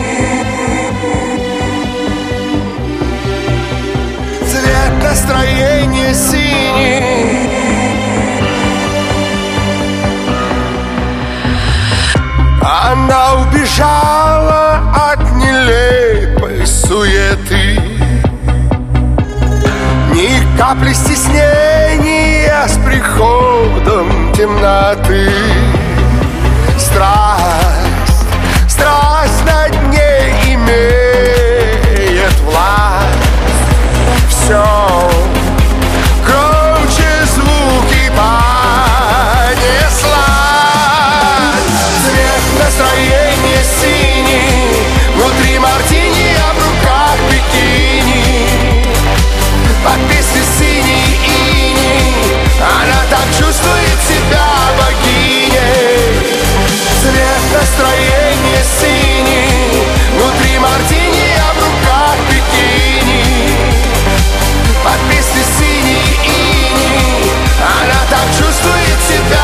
S15: Цвет настроения синий. Она убежала от нелепой суеты. Ни капли стеснения с приходом темноты. Страсть, страсть над ней имеет власть. Все громче звуки понесла. Цвет настроения синий. Внутри мартини, а в руках бикини. Под песней синий иней. Она так чувствует себя богиней. Цвет настроения синий. Внутри мартини, а в руках бикини. Под песней синий иней. Она так чувствует себя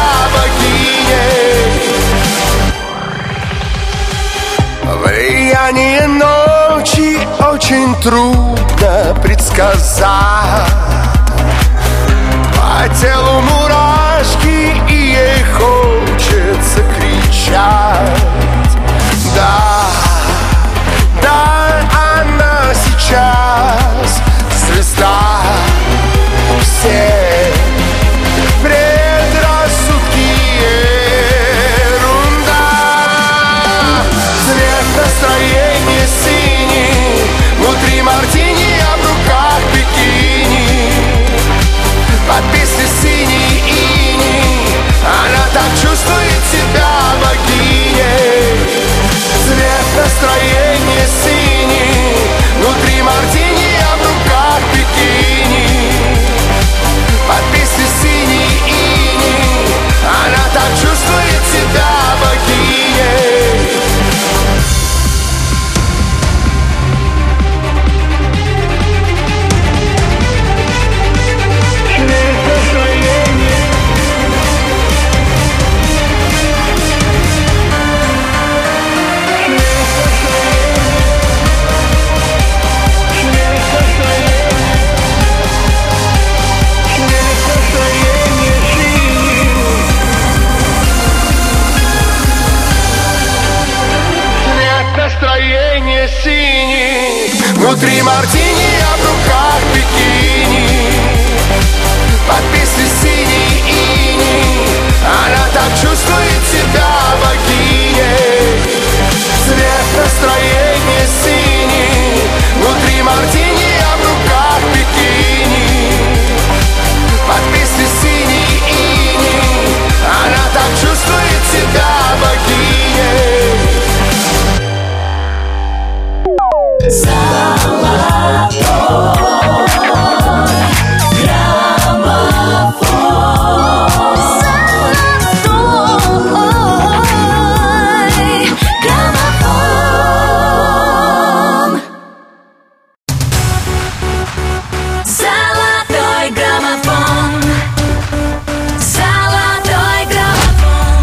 S15: богиней. Влияние ночи очень трудно предсказать. По телу мурашки, и ей хочется кричать. Да, да, она сейчас звезда. Все предрассудки ерунда. Цвет настроения синий. Внутри мартини, а в руках бикини. Под песней синий иней. Она так чувствует себя богиней. Цвет настроения синий. Внутри мартини, а в руках бикини. Под песней синий иней. Она так чувствует себя богиней. синий. Внутри мартини, а в руках бикини. Под песней синий иней. Она так чувствует себя богиней. Цвет настроения синий. Внутри мартини, а в руках бикини. Под песней синий иней. Она так чувствует себя богиней. Золотой граммофон. Золотой граммофон. Золотой граммофон. Золотой граммофон.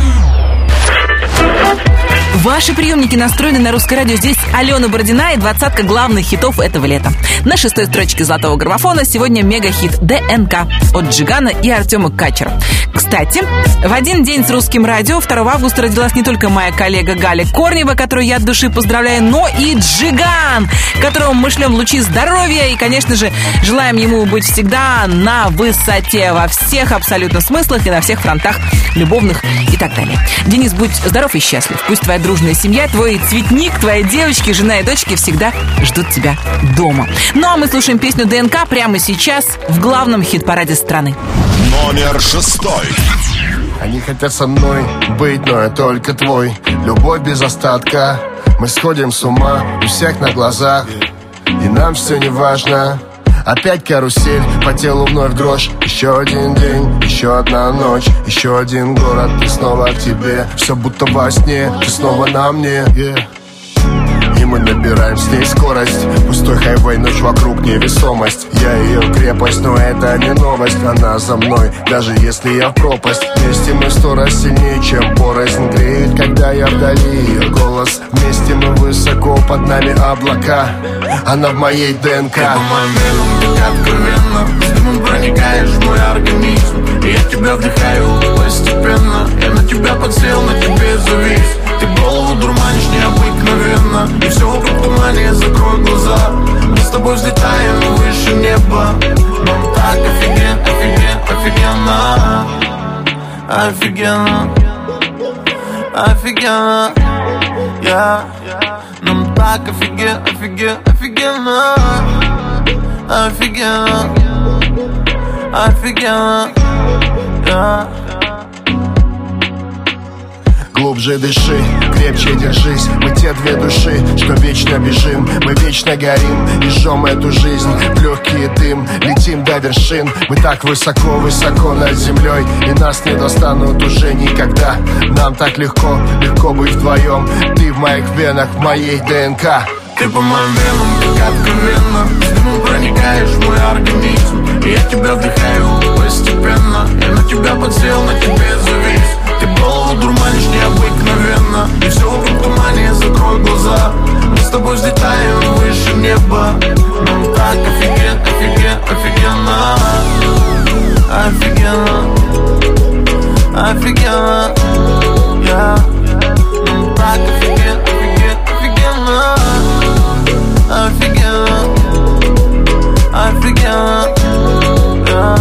S1: Ваши приемники настроены на Русское радио. Здесь Алена Бородина и двадцатка главных хитов этого лета. На шестой строчке золотого граммофона сегодня мега-хит «ДНК» от Джигана и Артема Качера. Кстати, в один день с Русским радио второго августа родилась не только моя коллега Галя Корнева, которую я от души поздравляю, но и Джиган, которому мы шлем лучи здоровья и, конечно же, желаем ему быть всегда на высоте во всех абсолютно смыслах и на всех фронтах любовных и так далее. Денис, будь здоров и счастлив. Пусть твоя дружная семья, твой цветник, твои девочки, жена и дочки всегда ждут тебя дома. Ну а мы слушаем песню «ДНК» прямо сейчас в главном хит-параде страны.
S8: Номер шестой.
S12: Они хотят со мной быть, но я только твой. Любовь без остатка. Мы сходим с ума у всех на глазах. И нам все не важно. Опять карусель, по телу вновь дрожь. Еще один день, еще одна ночь, еще один город, и снова к тебе. Все будто во сне, ты снова на мне, yeah. И мы набираем с ней скорость. Пустой хайвей, ночь вокруг, невесомость. Я ее крепость, но это не новость. Она за мной, даже если я в пропасть. Вместе мы сто раз сильнее, чем порознь. Греет, когда я вдали ее голос. Вместе мы высоко, под нами облака. Она в моей ДНК.
S16: Ты по моим венам, так откровенно. С дымом проникаешь в мой организм. И я тебя вдыхаю постепенно. Я на тебя подсел, на тебе завис. Ты голову дурманишь необыкновенно. И все вокруг тумане, закрой глаза. Мы с тобой взлетаем выше неба. Нам так офиген, офиген, офигенно. Офигенно. Офигенно. Yeah. Нам так офиген, офиген, офигенно. Офигенно. Офигенно. Yeah.
S12: Глубже дыши, крепче держись. Мы те две души, что вечно бежим. Мы вечно горим и жжем эту жизнь. В легкий дым, летим до вершин. Мы так высоко-высоко над землей. И нас не достанут уже никогда. Нам так легко, легко быть вдвоем. Ты в моих венах, в моей ДНК.
S16: Ты по моим венам, так откровенно. С дымом проникаешь в мой организм. И я тебя вдыхаю постепенно. Я на тебя подсел, на тебе завис. Ты голову дурманишь необыкновенно. И все вокруг тумане, закрой глаза. Мы с тобой взлетаем выше неба. Нам так офиген, офиген, офигенно. Офигенно. Офигенно. Yeah. Нам так офиген, офиген, офигенно. Офигенно. Офигенно. Yeah.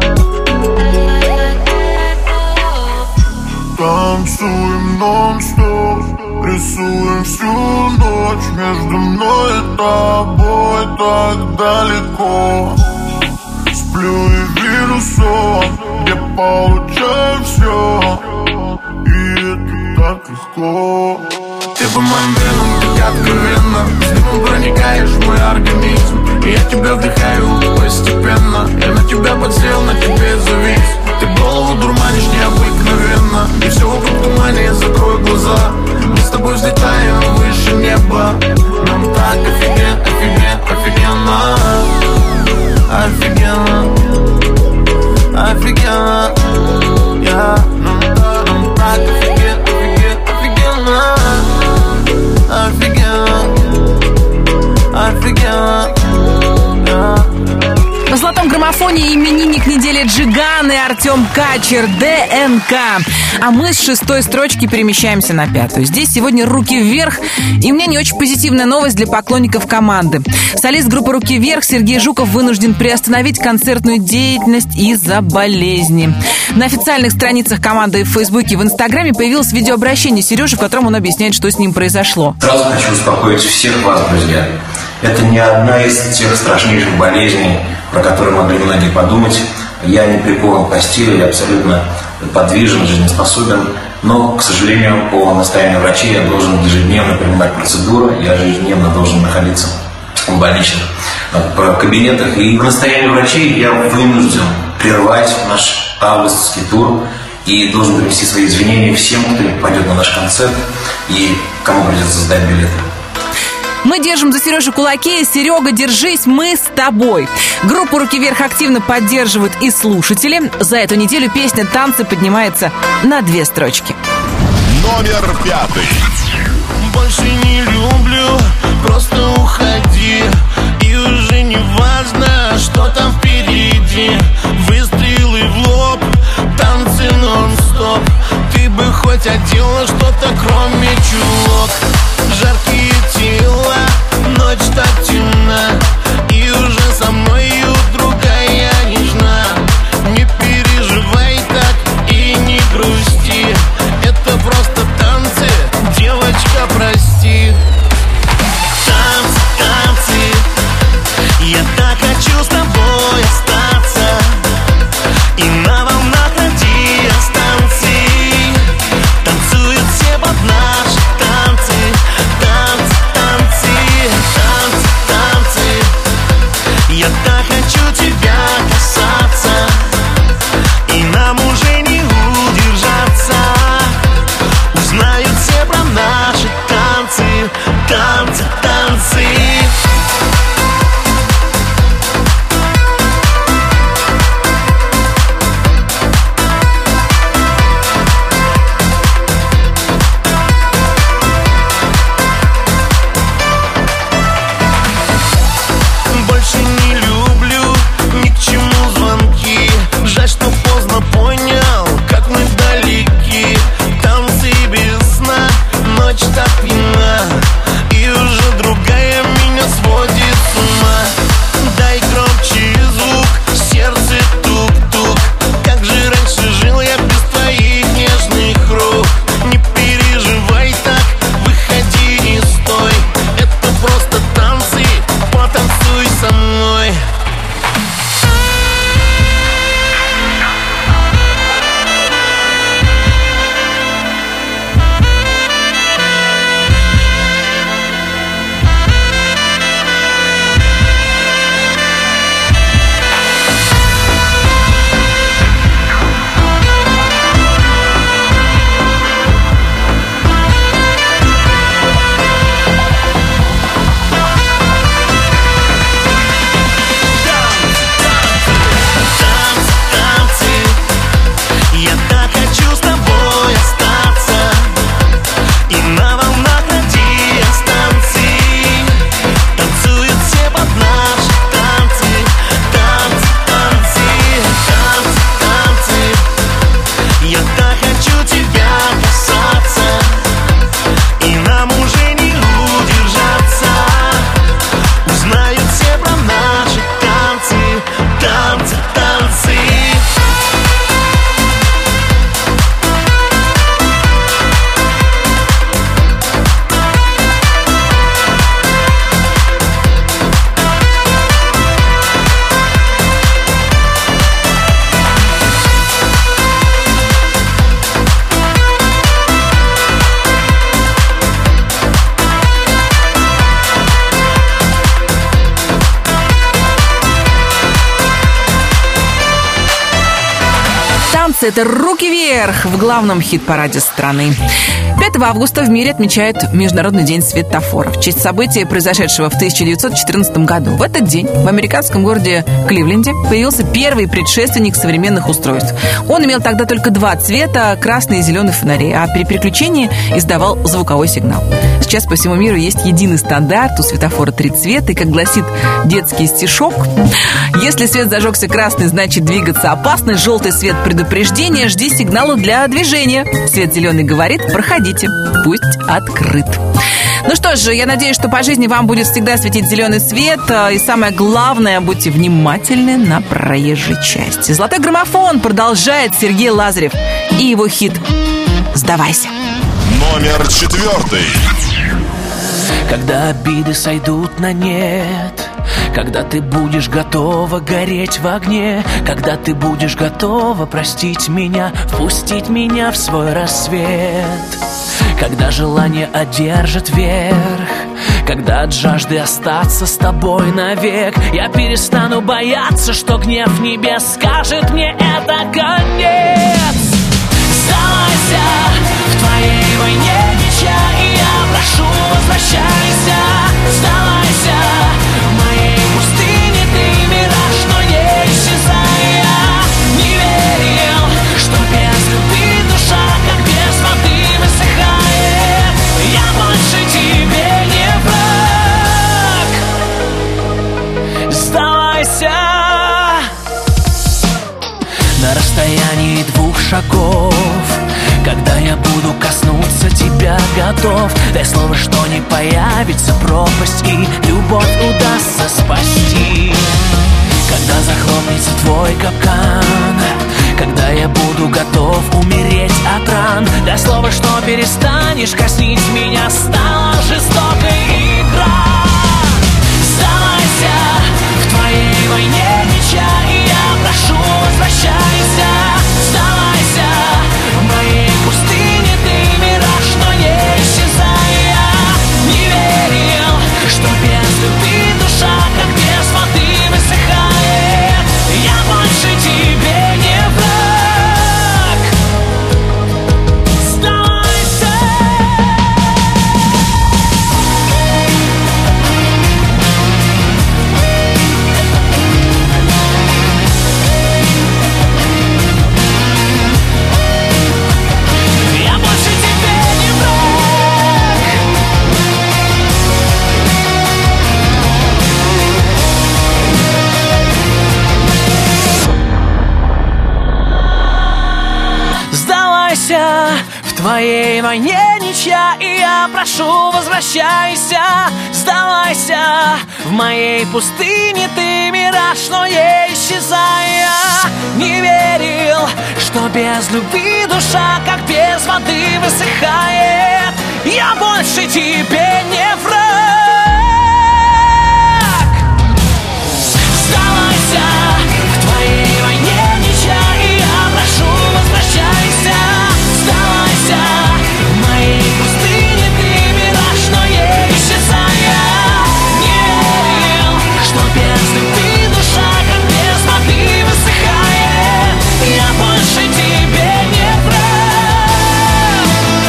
S17: Танцуем нон-стоп, рисуем всю ночь. Между мной и тобой так далеко. Сплю и вижу сон, где получаю все. И это так легко.
S16: Ты по моим венам, так откровенно. С дымом проникаешь в мой организм. И я тебя вдыхаю постепенно. Я на тебя подсел, на тебе завис. Ты голову дурманишь необыкновенно. И все вокруг тумане, закрой глаза. Мы с тобой взлетаем выше неба. Нам так офиген, офиген, офигенно. Офигенно. Офигенно. Yeah. Нам, нам так офиген, офиген, офигенно. Офигенно. Офигенно. Yeah.
S1: На золотом граммофоне именинник недели Джиган и Артем Артем Качер, ДНК. А мы с шестой строчки перемещаемся на пятую. Здесь сегодня «Руки вверх». И у меня не очень позитивная новость для поклонников команды. Солист группы «Руки вверх» Сергей Жуков вынужден приостановить концертную деятельность из-за болезни. На официальных страницах команды в Фейсбуке и в Инстаграме появилось видеообращение Сережи, в котором он объясняет, что с ним произошло.
S18: Сразу хочу успокоить всех вас, друзья. Это не одна из тех страшнейших болезней, про которые могли многие подумать. Я не прикован к постели, я абсолютно подвижен, жизнеспособен. Но, к сожалению, по настоянию врачей я должен ежедневно принимать процедуры, я ежедневно должен находиться в больничных кабинетах. И по настоянию врачей я вынужден прервать наш августовский тур и должен принести свои извинения всем, кто пойдет на наш концерт и кому придется сдать билеты.
S1: Мы держим за Сережу кулаки. Серега, держись, мы с тобой. Группу «Руки вверх» активно поддерживают и слушатели. За эту неделю песня «Танцы» поднимается на две строчки.
S8: Номер пятый.
S16: Больше не люблю, просто уходи. И уже не важно, что там впереди. Выстрелы в лоб, танцы нон-стоп. Ты бы хоть одела что-то, кроме чулок. Жаркие тела, ночь так темна. И уже со мною другая нежна. Не переживай так и не грусти. Это просто танцы, девочка, прости. Танцы, танцы, я так хочу с тобой остаться. И на волнах радиостанций танцуют все под наши танцы. Танцы, танцы, танцы, танцы. Я так хочу тебя касаться. И нам уже не удержаться. Узнают все про наши танцы. Танцы, танцы. Больше не люблю ни к чему звонки. Жаль, что поздно понял, как мы далеки. Танцы без сна, ночь так пьяна. И уже другая меня сводит с ума. Дай громче звук, сердце тук-тук. Как же раньше жил я без твоих нежных рук. Не переживай так, выходи, не стой. Это просто танцы, потанцуй со мной.
S1: Это «Руки вверх» в главном хит-параде страны. пятого августа в мире отмечают Международный день светофора в честь события, произошедшего в тысяча девятьсот четырнадцатом году. В этот день в американском городе Кливленде появился первый предшественник современных устройств. Он имел тогда только два цвета – красный и зеленый фонари, а при переключении издавал звуковой сигнал. Сейчас по всему миру есть единый стандарт, у светофора три цвета, и, как гласит детский стишок, если свет зажегся красный, значит двигаться опасно, желтый свет предупреждения, жди сигнала для движения. Свет зеленый говорит, проходите, пусть открыт. Ну что ж, я надеюсь, что по жизни вам будет всегда светить зеленый свет. И самое главное, будьте внимательны на проезжей части. Золотой граммофон продолжает Сергей Лазарев и его хит «Сдавайся».
S8: Номер четвертый.
S14: Когда обиды сойдут на нет, когда ты будешь готова гореть в огне, когда ты будешь готова простить меня, впустить меня в свой рассвет, когда желание одержит верх, когда от жажды остаться с тобой навек, я перестану бояться, что гнев небес скажет мне это конец. Сдавайся в твоей войне меча, и я прошу, возвращайся. Сдавайся в моей пустыне, ты мираж, но не исчезая. Не верил, что без любви душа, как без воды, высыхает. Я больше тебе не враг. Сдавайся. На расстоянии двух шагов, когда я буду коснуться тебя готов, дай слово, что не появится пропасть, и любовь удастся спасти. Когда захлопнется твой капкан, когда я буду готов умереть от ран, дай слово, что перестанешь коснить меня, стала жестокой игра. Сдавайся в твоей войне меча, и я прошу, возвращайся. Сдавайся в моей пустыне, ты мираж, но не исчезая. Не верил, что без любви душа, как без воды, высыхает. Я больше тебе не враг. Сдавайся. Я больше тебе не враг. Сдавайся в твоей войне ничья, и я прошу, возвращайся. Сдавайся в моей пустыне, ты мираж, но не исчезая. Не верил, что без любви душа, как без воды, высыхает. Я больше тебе не враг. Сдавайся в твоей войне ничья, и я прошу, возвращайся. Сдавайся в моей пустыне, ты мираж, но не исчезая. Не верил, что без любви душа, как без воды, высыхает. Я больше тебе не враг.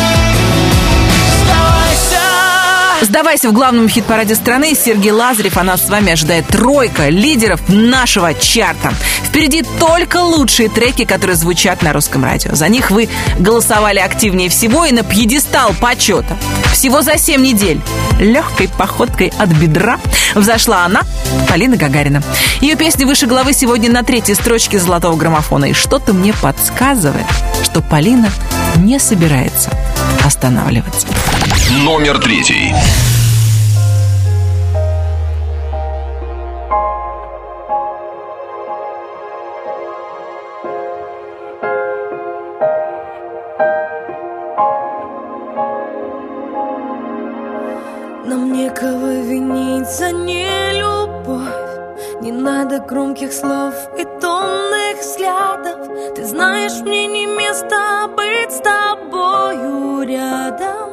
S14: Сдавайся.
S1: Сдавайся в главном хит-параде страны. Сергей Лазарев, а нас с вами ожидает тройка лидеров нашего чарта. Впереди только лучшие треки, которые звучат на русском радио. За них вы голосовали активнее всего и на пьедестал почета. Всего за семь недель легкой походкой от бедра взошла она, Полина Гагарина. Ее песня «Выше головы» сегодня на третьей строчке золотого граммофона. И что-то мне подсказывает, что Полина не собирается останавливаться.
S8: Номер третий.
S3: Нам некого винить за нелюбовь. Не надо громких слов и томных взглядов. Ты знаешь, мне не место быть с тобою рядом.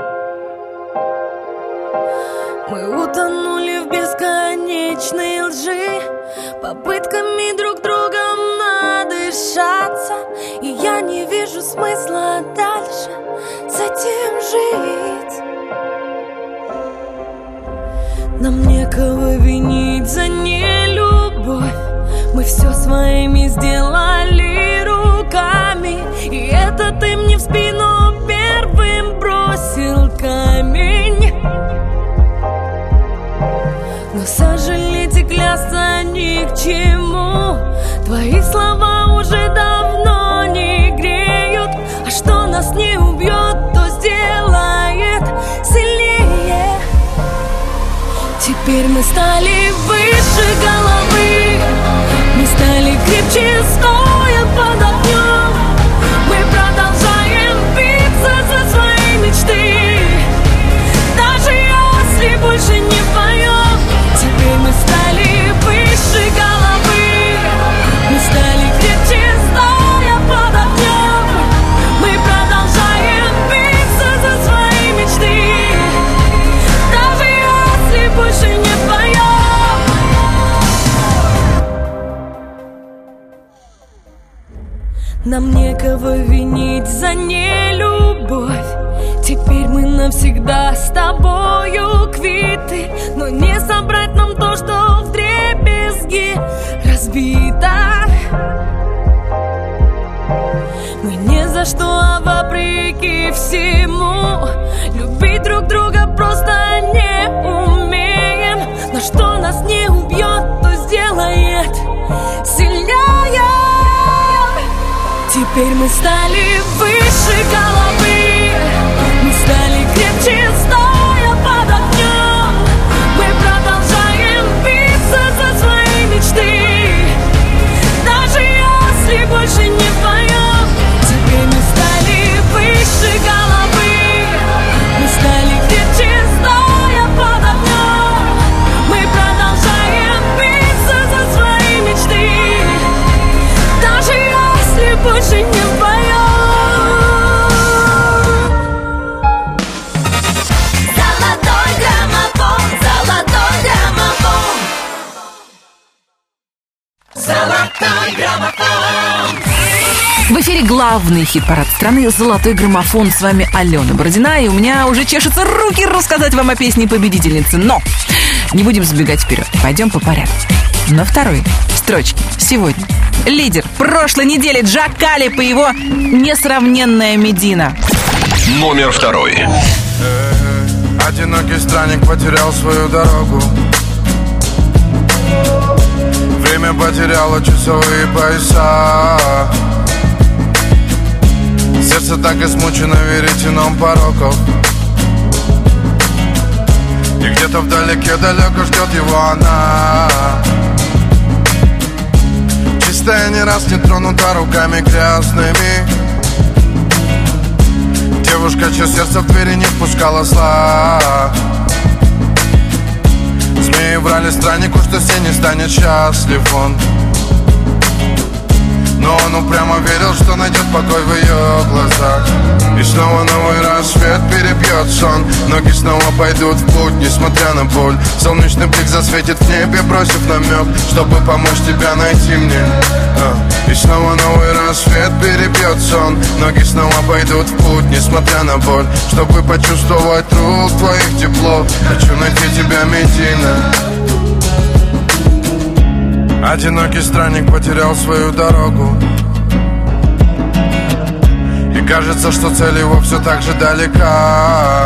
S3: Мы утонули в бесконечной лжи, попытками друг другом надышать. завершаться, и я не вижу смысла дальше с этим жить. Нам некого винить за нелюбовь. Мы все своими сделали руками, и это ты мне в спину первым бросил камень. Но сожалеть и клясться ни к чему. Твои слова уже давно не греют, а что нас не убьет, то сделает сильнее. Теперь мы стали выше головы, мы стали крепче, стоя под огнем. Мы продолжаем биться за свои мечты, даже если больше не вдвоем. Теперь мы стали выше головы, мы стали крепче, стоя под огнем. Мы продолжаем биться за свои мечты, даже если больше не вдвоем. Нам некого винить за нелюбовь. Теперь мы навсегда с тобою квиты, но не собрать нам то, что вдребезги разбито. Мы ни за что, а вопреки всему любить друг друга просто не умеем. Но что нас не убьет, то сделает сильнее. Теперь мы стали выше головы, мы стали крепче, стоя под огнем. Мы продолжаем биться за свои мечты, даже если больше не вдвоем. Теперь мы стали выше головы, мы стали крепче, стоя под огнем. Мы продолжаем биться за свои мечты, даже если больше не вдвоем.
S15: Золотой граммофон.
S1: В эфире главный хит-парад страны «Золотой граммофон». С вами Алена Бородина, и у меня уже чешутся руки рассказать вам о песне победительницы. Но не будем забегать вперед, пойдем по порядку. На второй строчке сегодня лидер прошлой недели Джакалип и его несравненная Медина.
S8: Номер второй.
S17: Одинокий странник потерял свою дорогу. Время потеряло часовые пояса. Сердце так измучено веретеном пороков. И где-то вдалеке далеко ждет его она. Чистая, не раз не тронута руками грязными. Девушка, чье сердце в двери не впускала зла. Змеи врали страннику, что с ней не станет счастлив он. Но он упрямо верил, что найдет покой в ее глазах. И снова новый рассвет перебьет сон. Ноги снова пойдут в путь, несмотря на боль. Солнечный блик засветит в небе, бросив намек, чтобы помочь тебя найти мне. И снова новый рассвет перебьет сон. Ноги снова пойдут в путь, несмотря на боль, чтобы почувствовать рук твоих тепло. Хочу найти тебя, Медина. Одинокий странник потерял свою дорогу. И кажется, что цель его все так же далека.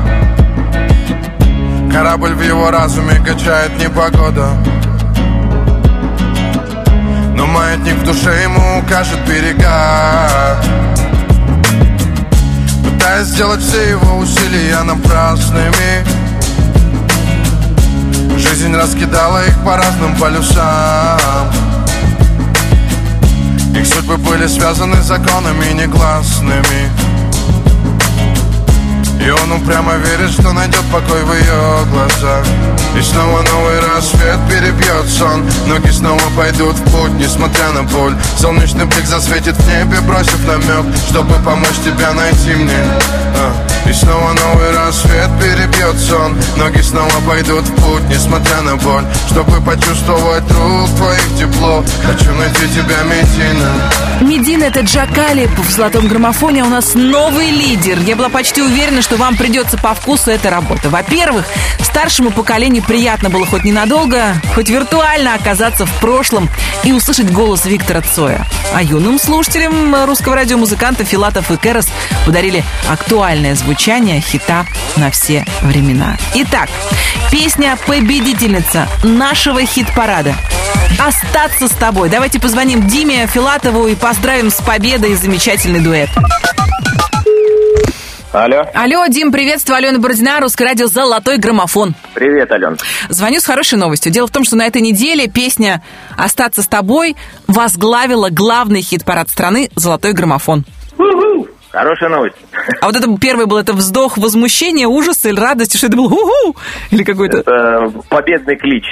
S17: Корабль в его разуме качает непогода. Но маятник в душе ему укажет берега. Пытаясь сделать все его усилия напрасными, жизнь раскидала их по разным полюсам. Их судьбы были связаны законами негласными. И он упрямо верит, что найдет покой в ее глазах. И снова новый рассвет перебьет сон. Ноги снова пойдут в путь, несмотря на боль. Солнечный блик засветит в небе, бросив намек, чтобы помочь тебя найти мне. а. И снова новый рассвет перебьет сон. Ноги снова пойдут в путь, несмотря на боль, чтобы почувствовать рук твоих тепло. Хочу найти тебя, Медина.
S1: Медина — это Джакали в золотом граммофоне. У нас новый лидер. Я была почти уверена, что вам придется по вкусу эта работа. Во-первых, старшему поколению приятно было хоть ненадолго, хоть виртуально оказаться в прошлом и услышать голос Виктора Цоя. А юным слушателям русского радиомузыканта Филатов и Кэрос подарили актуальное звучание хита на все времена. Итак, песня-победительница нашего хит-парада «Остаться с тобой». Давайте позвоним Диме Филатову и поздравим с победой и замечательный дуэт.
S19: Алло.
S1: Алло, Дим, приветствую. Алена Бородина, Русское радио «Золотой граммофон».
S19: Привет, Ален.
S1: Звоню с хорошей новостью. Дело в том, что на этой неделе песня «Остаться с тобой» возглавила главный хит-парад страны «Золотой граммофон».
S19: У-ху. Хорошая новость.
S1: А вот это первый был, это вздох возмущения, ужаса или радости, что это был ху-ху, или какой-то...
S19: Это победный клич.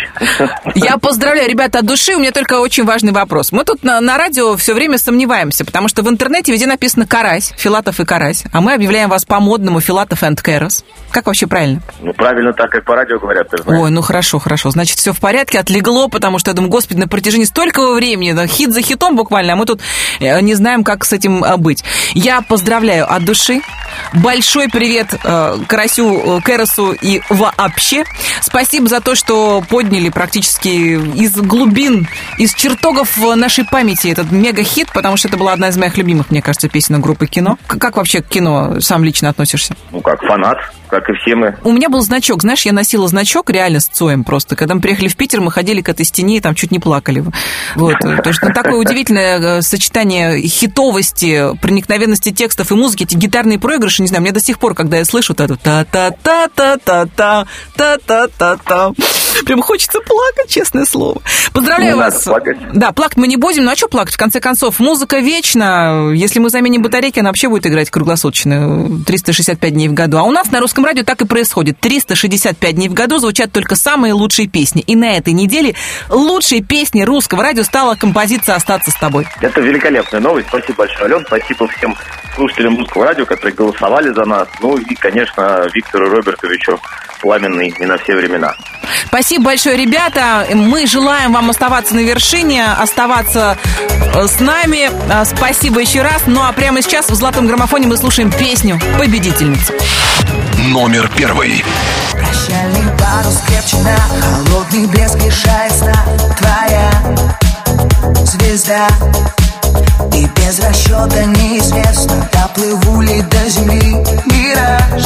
S1: Я поздравляю, ребята, от души. У меня только очень важный вопрос. Мы тут на, на радио все время сомневаемся, потому что в интернете везде написано «Карась», Филатов и Карась, а мы объявляем вас по-модному «Филатов энд Кэрос». Как вообще правильно?
S19: Ну, правильно так, как по радио говорят, ты знаешь.
S1: Ой, ну хорошо, хорошо. Значит, все в порядке, отлегло, потому что я думаю, господи, на протяжении столького времени, да, хит за хитом буквально, а мы тут не знаем, как с этим быть. Я поздравляю от души. Большой привет э, Карасю, Кэросу и вообще. Спасибо за то, что подняли практически из глубин, из чертогов нашей памяти этот мега-хит, потому что это была одна из моих любимых, мне кажется, песен группы «Кино». Как вообще к кино сам лично относишься?
S19: Ну, как фанат, как и все мы.
S1: У меня был значок, знаешь, я носила значок реально с Цоем просто. Когда мы приехали в Питер, мы ходили к этой стене и там чуть не плакали. Вот. Потому что такое удивительное сочетание хитовости, проникновенности текстов и музыки, эти гитарные проигрыши, не знаю, мне до сих пор, когда я слышу вот это та-та-та-та-та-та, та-та-та-та, прям хочется плакать, честное слово. Поздравляю
S19: не
S1: вас.
S19: Надо плакать.
S1: Да, плакать мы не будем, ну а что плакать? В конце концов, музыка вечна. Если мы заменим батарейки, она вообще будет играть круглосуточно, триста шестьдесят пять дней в году. А у нас на Русском радио так и происходит. триста шестьдесят пять дней в году звучат только самые лучшие песни. И на этой неделе лучшей песней Русского радио стала композиция «Остаться с тобой».
S19: Это великолепная новость. Спасибо большое, Ален. Спасибо всем слушателям Русского радио, которые голосовали за нас. Ну и, конечно, Виктору Робертовичу пламенный и на все времена.
S1: Спасибо большое, ребята. Мы желаем вам оставаться на вершине, оставаться с нами. Спасибо еще раз. Ну а прямо сейчас в «Золотом граммофоне» мы слушаем песню «Победительница».
S8: Номер первый.
S20: Прощальный парус крепчина, холодный блеск лишает сна. Твоя звезда, и без расчета неизвестно, доплыву ли до земли. Мираж,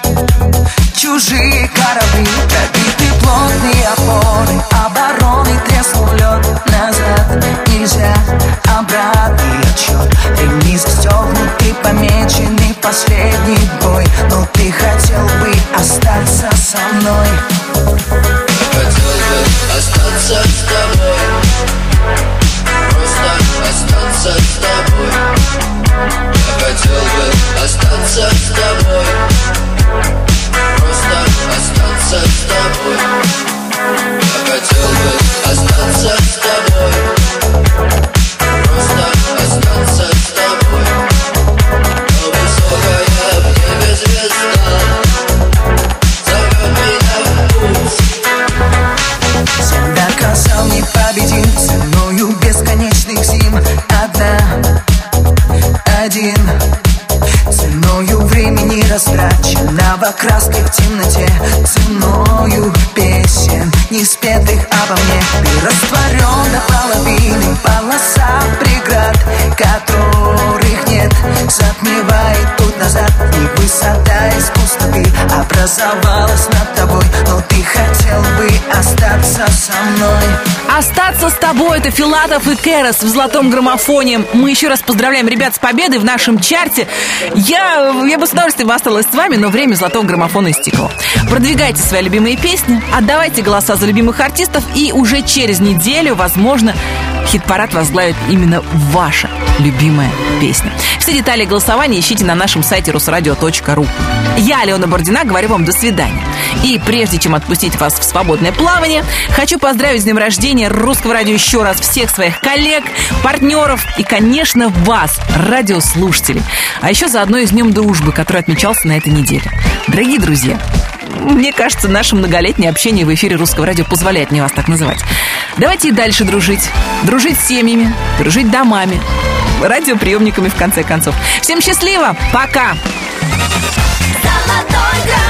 S20: чужие корабли, пробиты плотные опоры, обороны треснул лед. Назад нельзя, обратный отсчет, ремни застегнуты, помеченный последний бой. Но ты хотел бы остаться со мной.
S21: Хотел бы остаться с тобой, просто остаться с тобой. Я хотел бы остаться с тобой, просто остаться с тобой. Я хотел бы остаться с тобой, просто остаться с тобой. Но высокая в небе звезда зовет меня в путь.
S20: Сон доказал непобедим ценою бесконечных зим. Одна, один, ценою времени растраченного краской в темноте, ценою песен неспетых обо мне. Ты растворен до половины, полоса преград, которых нет, затмевает путь назад. И высота из пустоты образовалась над тобой, но ты хотел бы остаться со мной.
S1: Остаться с тобой — это Филатов и Кэрос в «Золотом граммофоне». Мы еще раз поздравляем ребят с победой в нашем чарте. Я, я бы с удовольствием осталась с вами, но время «Золотого граммофона» истекло. Продвигайте свои любимые песни, отдавайте голоса за любимых артистов, и уже через неделю, возможно, хит-парад возглавит именно ваша любимая песня. Все детали голосования ищите на нашем сайте русрадио точка ру. Я, Алена Бородина, говорю вам до свидания. И прежде чем отпустить вас в свободное плавание, хочу поздравить с днем рождения Русского радио еще раз всех своих коллег, партнеров и, конечно, вас, радиослушателей. А еще заодно и с днем дружбы, который отмечался на этой неделе. Дорогие друзья, мне кажется, наше многолетнее общение в эфире Русского радио позволяет мне вас так называть. Давайте и дальше дружить. Дружить с семьями, дружить домами, радиоприемниками, в конце концов. Всем счастливо! Пока!
S15: Золотой граммофон.